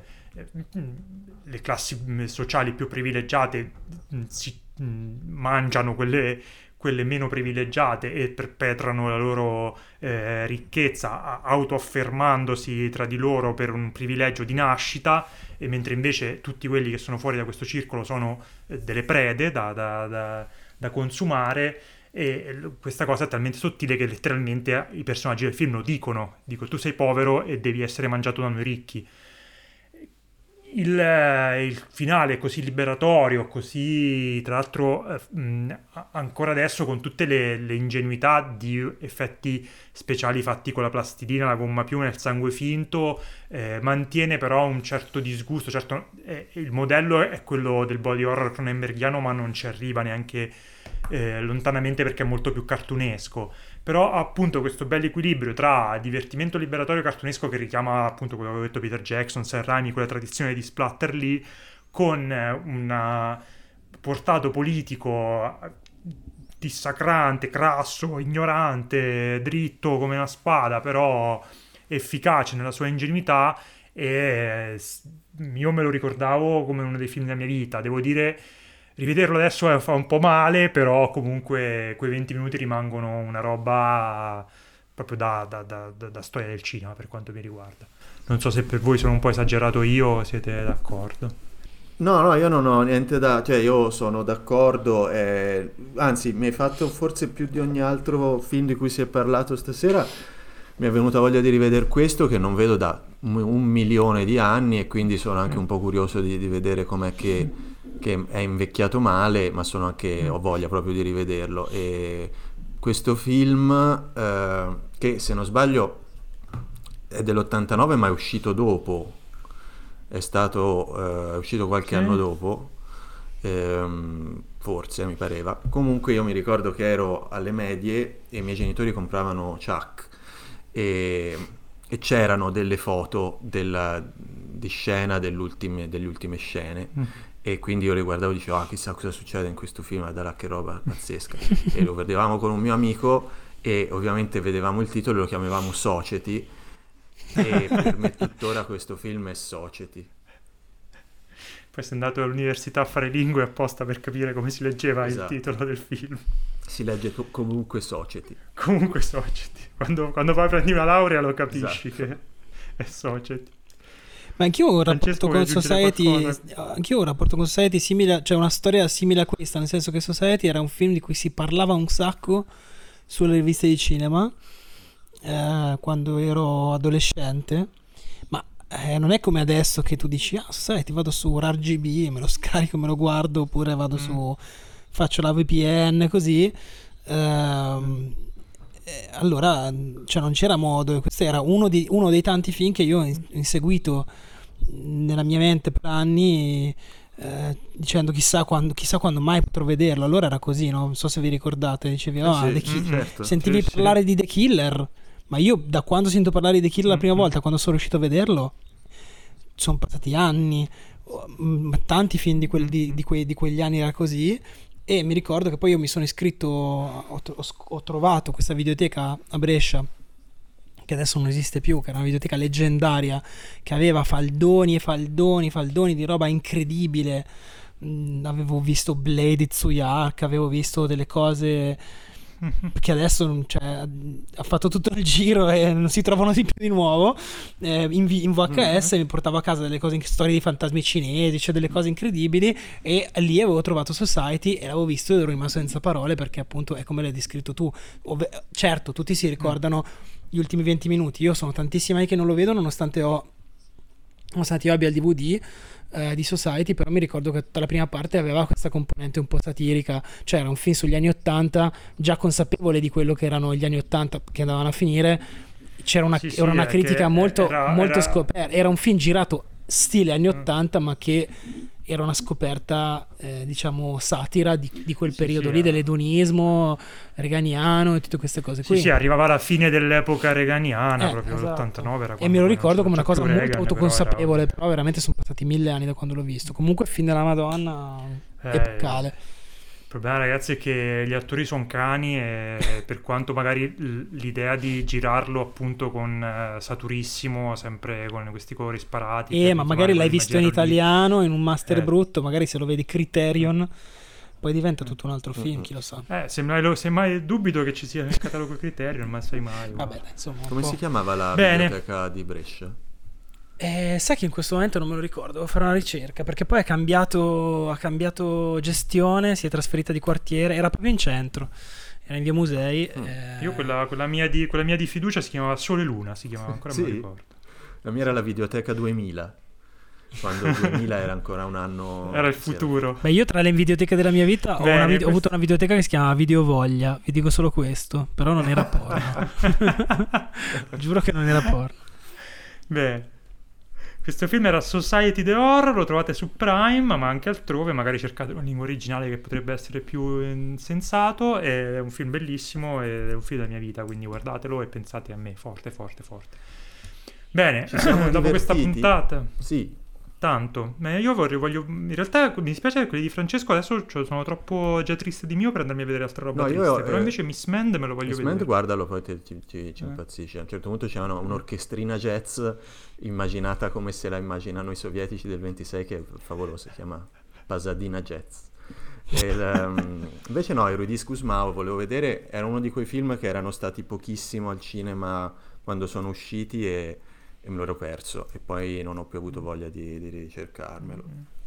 le classi sociali più privilegiate mh, si mh, mangiano quelle, quelle meno privilegiate e perpetrano la loro eh, ricchezza, a- autoaffermandosi tra di loro per un privilegio di nascita, e mentre invece tutti quelli che sono fuori da questo circolo sono eh, delle prede da, da- da- da consumare. E l- questa cosa è talmente sottile che letteralmente i personaggi del film lo dicono: dico, tu sei povero e devi essere mangiato da noi ricchi. Il, eh, il finale è così liberatorio, così tra l'altro eh, mh, a- ancora adesso, con tutte le, le ingenuità di effetti speciali fatti con la plastilina, la gomma piuma e il sangue finto, eh, mantiene però un certo disgusto. Certo, eh, il modello è quello del body horror cronenbergiano, ma non ci arriva neanche eh, lontanamente, perché è molto più cartunesco. Però ha appunto questo bel equilibrio tra divertimento liberatorio cartunesco che richiama appunto quello che avevo detto Peter Jackson, Sam Raimi, quella tradizione di splatter lì, con eh, una portato politico dissacrante, crasso, ignorante, dritto come una spada, però efficace nella sua ingenuità, e io me lo ricordavo come uno dei film della mia vita. Devo dire, rivederlo adesso fa un po' male, però comunque quei venti minuti rimangono una roba proprio da, da, da, da, da storia del cinema per quanto mi riguarda. Non so se per voi sono un po' esagerato io o siete d'accordo. No, no, io non ho niente da... cioè io sono d'accordo, eh, anzi mi hai fatto forse più di ogni altro film di cui si è parlato stasera, mi è venuta voglia di rivedere questo che non vedo da un, un milione di anni, e quindi sono anche un po' curioso di, di vedere com'è che, che è invecchiato male, ma sono anche, ho voglia proprio di rivederlo. E questo film, eh, che se non sbaglio è dell'ottantanove ma è uscito dopo, è stato uh, è uscito qualche sì. anno dopo, ehm, forse mi pareva. Comunque io mi ricordo che ero alle medie e i miei genitori compravano Chuck, e, e c'erano delle foto della, di scena delle ultime, delle ultime scene, mm. e quindi io le guardavo e dicevo, ah, chissà cosa succede in questo film, guarda che roba pazzesca. E lo vedevamo con un mio amico e ovviamente vedevamo il titolo e lo chiamavamo Society, e per me tuttora questo film è Society. Poi sei andato all'università a fare lingue apposta per capire come si leggeva esatto. il titolo del film. Si legge co- comunque Society. Comunque Society. Quando, quando poi prendi una laurea lo capisci, esatto. che è Society. Ma anch'io ho un rapporto con Society, anch'io ho un rapporto con Society simile, cioè una storia simile a questa, nel senso che Society era un film di cui si parlava un sacco sulle riviste di cinema, Eh, quando ero adolescente, ma eh, non è come adesso che tu dici, ah, sai, ti vado su R G B, me lo scarico, me lo guardo, oppure vado mm. su, faccio la V P N, così. Ehm, eh, allora, cioè non c'era modo, e questo era uno, di, uno dei tanti film che io ho inseguito nella mia mente per anni, eh, dicendo chissà quando, chissà quando mai potrò vederlo. Allora era così, no? Non so se vi ricordate, dicevi, oh, eh sì, The Ki- certo. sentivi sì, parlare sì. di The Killer. Ma io da quando sento parlare di The Killer la prima volta, quando sono riuscito a vederlo, sono passati anni, tanti film di, quel, di, di, quei, di quegli anni era così. E mi ricordo che poi io mi sono iscritto, ho, ho, ho trovato questa videoteca a Brescia, che adesso non esiste più, che era una videoteca leggendaria, che aveva faldoni e faldoni, faldoni di roba incredibile. Mm, avevo visto Blade Tsuyark, avevo visto delle cose che adesso, cioè, ha fatto tutto il giro e non si trovano di più di nuovo. eh, in, v- in V H S mm-hmm. mi portavo a casa delle cose, storie di fantasmi cinesi, cioè delle cose incredibili, e lì avevo trovato Society e l'avevo visto ed ero rimasto senza parole, perché appunto è come l'hai descritto tu. Ove- certo, tutti si ricordano gli ultimi venti minuti, io sono tantissimi anni che non lo vedo, nonostante ho nonostante io abbia il D V D eh, di Society, però mi ricordo che tutta la prima parte aveva questa componente un po' satirica, cioè era un film sugli anni ottanta, già consapevole di quello che erano gli anni ottanta che andavano a finire. C'era una, sì, sì, era una critica molto, era, molto era... scoperta, era un film girato stile anni ottanta, ma che era una scoperta, eh, diciamo, satira di, di quel sì, periodo sì, lì, era... dell'edonismo reganiano e tutte queste cose qui. Sì, sì, arrivava alla fine dell'epoca reganiana, eh, proprio esatto. l'ottantanove era, e me lo ricordo come una cosa Reagan, molto autoconsapevole, però, però veramente sono passati mille anni da quando l'ho visto. Comunque film della Madonna, eh, epocale. Il problema, ragazzi, è che gli attori sono cani, e per quanto magari l'idea di girarlo appunto con uh, saturissimo, sempre con questi colori sparati, eh ma magari l'hai visto in italiano lì. In un master eh. brutto, magari se lo vedi Criterion poi diventa tutto un altro film, chi lo sa. Eh, semmai, semmai dubito che ci sia nel catalogo Criterion, ma sai mai. Vabbè, insomma, come si chiamava la Bene. biblioteca di Brescia? Eh, sai che in questo momento non me lo ricordo, devo fare una ricerca, perché poi ha cambiato, ha cambiato gestione, si è trasferita di quartiere, era proprio in centro, era in via Musei. Mm. eh... Io quella, quella, mia di, quella mia di fiducia si chiamava Sole Luna, si chiamava ancora, sì. me lo ricordo. La mia era la videoteca duemila, quando il duemila era ancora un anno... Era il futuro. Era... Beh, io tra le videoteche della mia vita ho, Bene, una video- questo... ho avuto una videoteca che si chiamava Videovoglia, vi dico solo questo, però non era porno. Giuro che non era porno. Beh, questo film era Society the Horror, lo trovate su Prime, ma anche altrove, magari cercate una lingua originale che potrebbe essere più sensato. È un film bellissimo, è un film della mia vita, quindi guardatelo e pensate a me, forte, forte, forte. Bene, Ci siamo dopo questa divertiti. puntata... Sì, tanto. Ma io vorrei, voglio... In realtà mi dispiace che quelli di Francesco adesso cioè, sono troppo già triste di mio per andarmi a vedere altra roba No, io, triste. Però eh, invece Miss Mend me lo voglio Miss vedere. Mend, guardalo, poi ti, ti, ti, ci Eh. impazzisce. A un certo punto c'è una- un'orchestrina jazz immaginata come se la immaginano i sovietici del ventisei, che è favolosa, si chiama Pasadena Jazz. E il, ehm, invece no, Eurydice Mao volevo vedere, era uno di quei film che erano stati pochissimo al cinema quando sono usciti e, e me l'ero perso, e poi non ho più avuto voglia di, di ricercarmelo.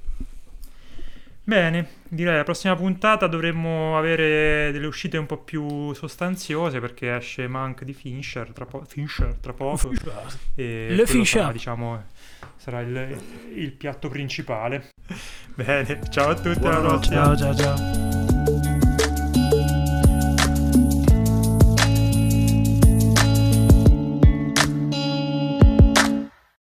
Bene, direi la prossima puntata dovremmo avere delle uscite un po' più sostanziose perché esce Mank di Fincher tra, po- Fincher, tra poco. E Le quello Fincher. sarà, diciamo, sarà il, il piatto principale. Bene, ciao a tutti, alla Buonanotte. prossima. Ciao ciao ciao.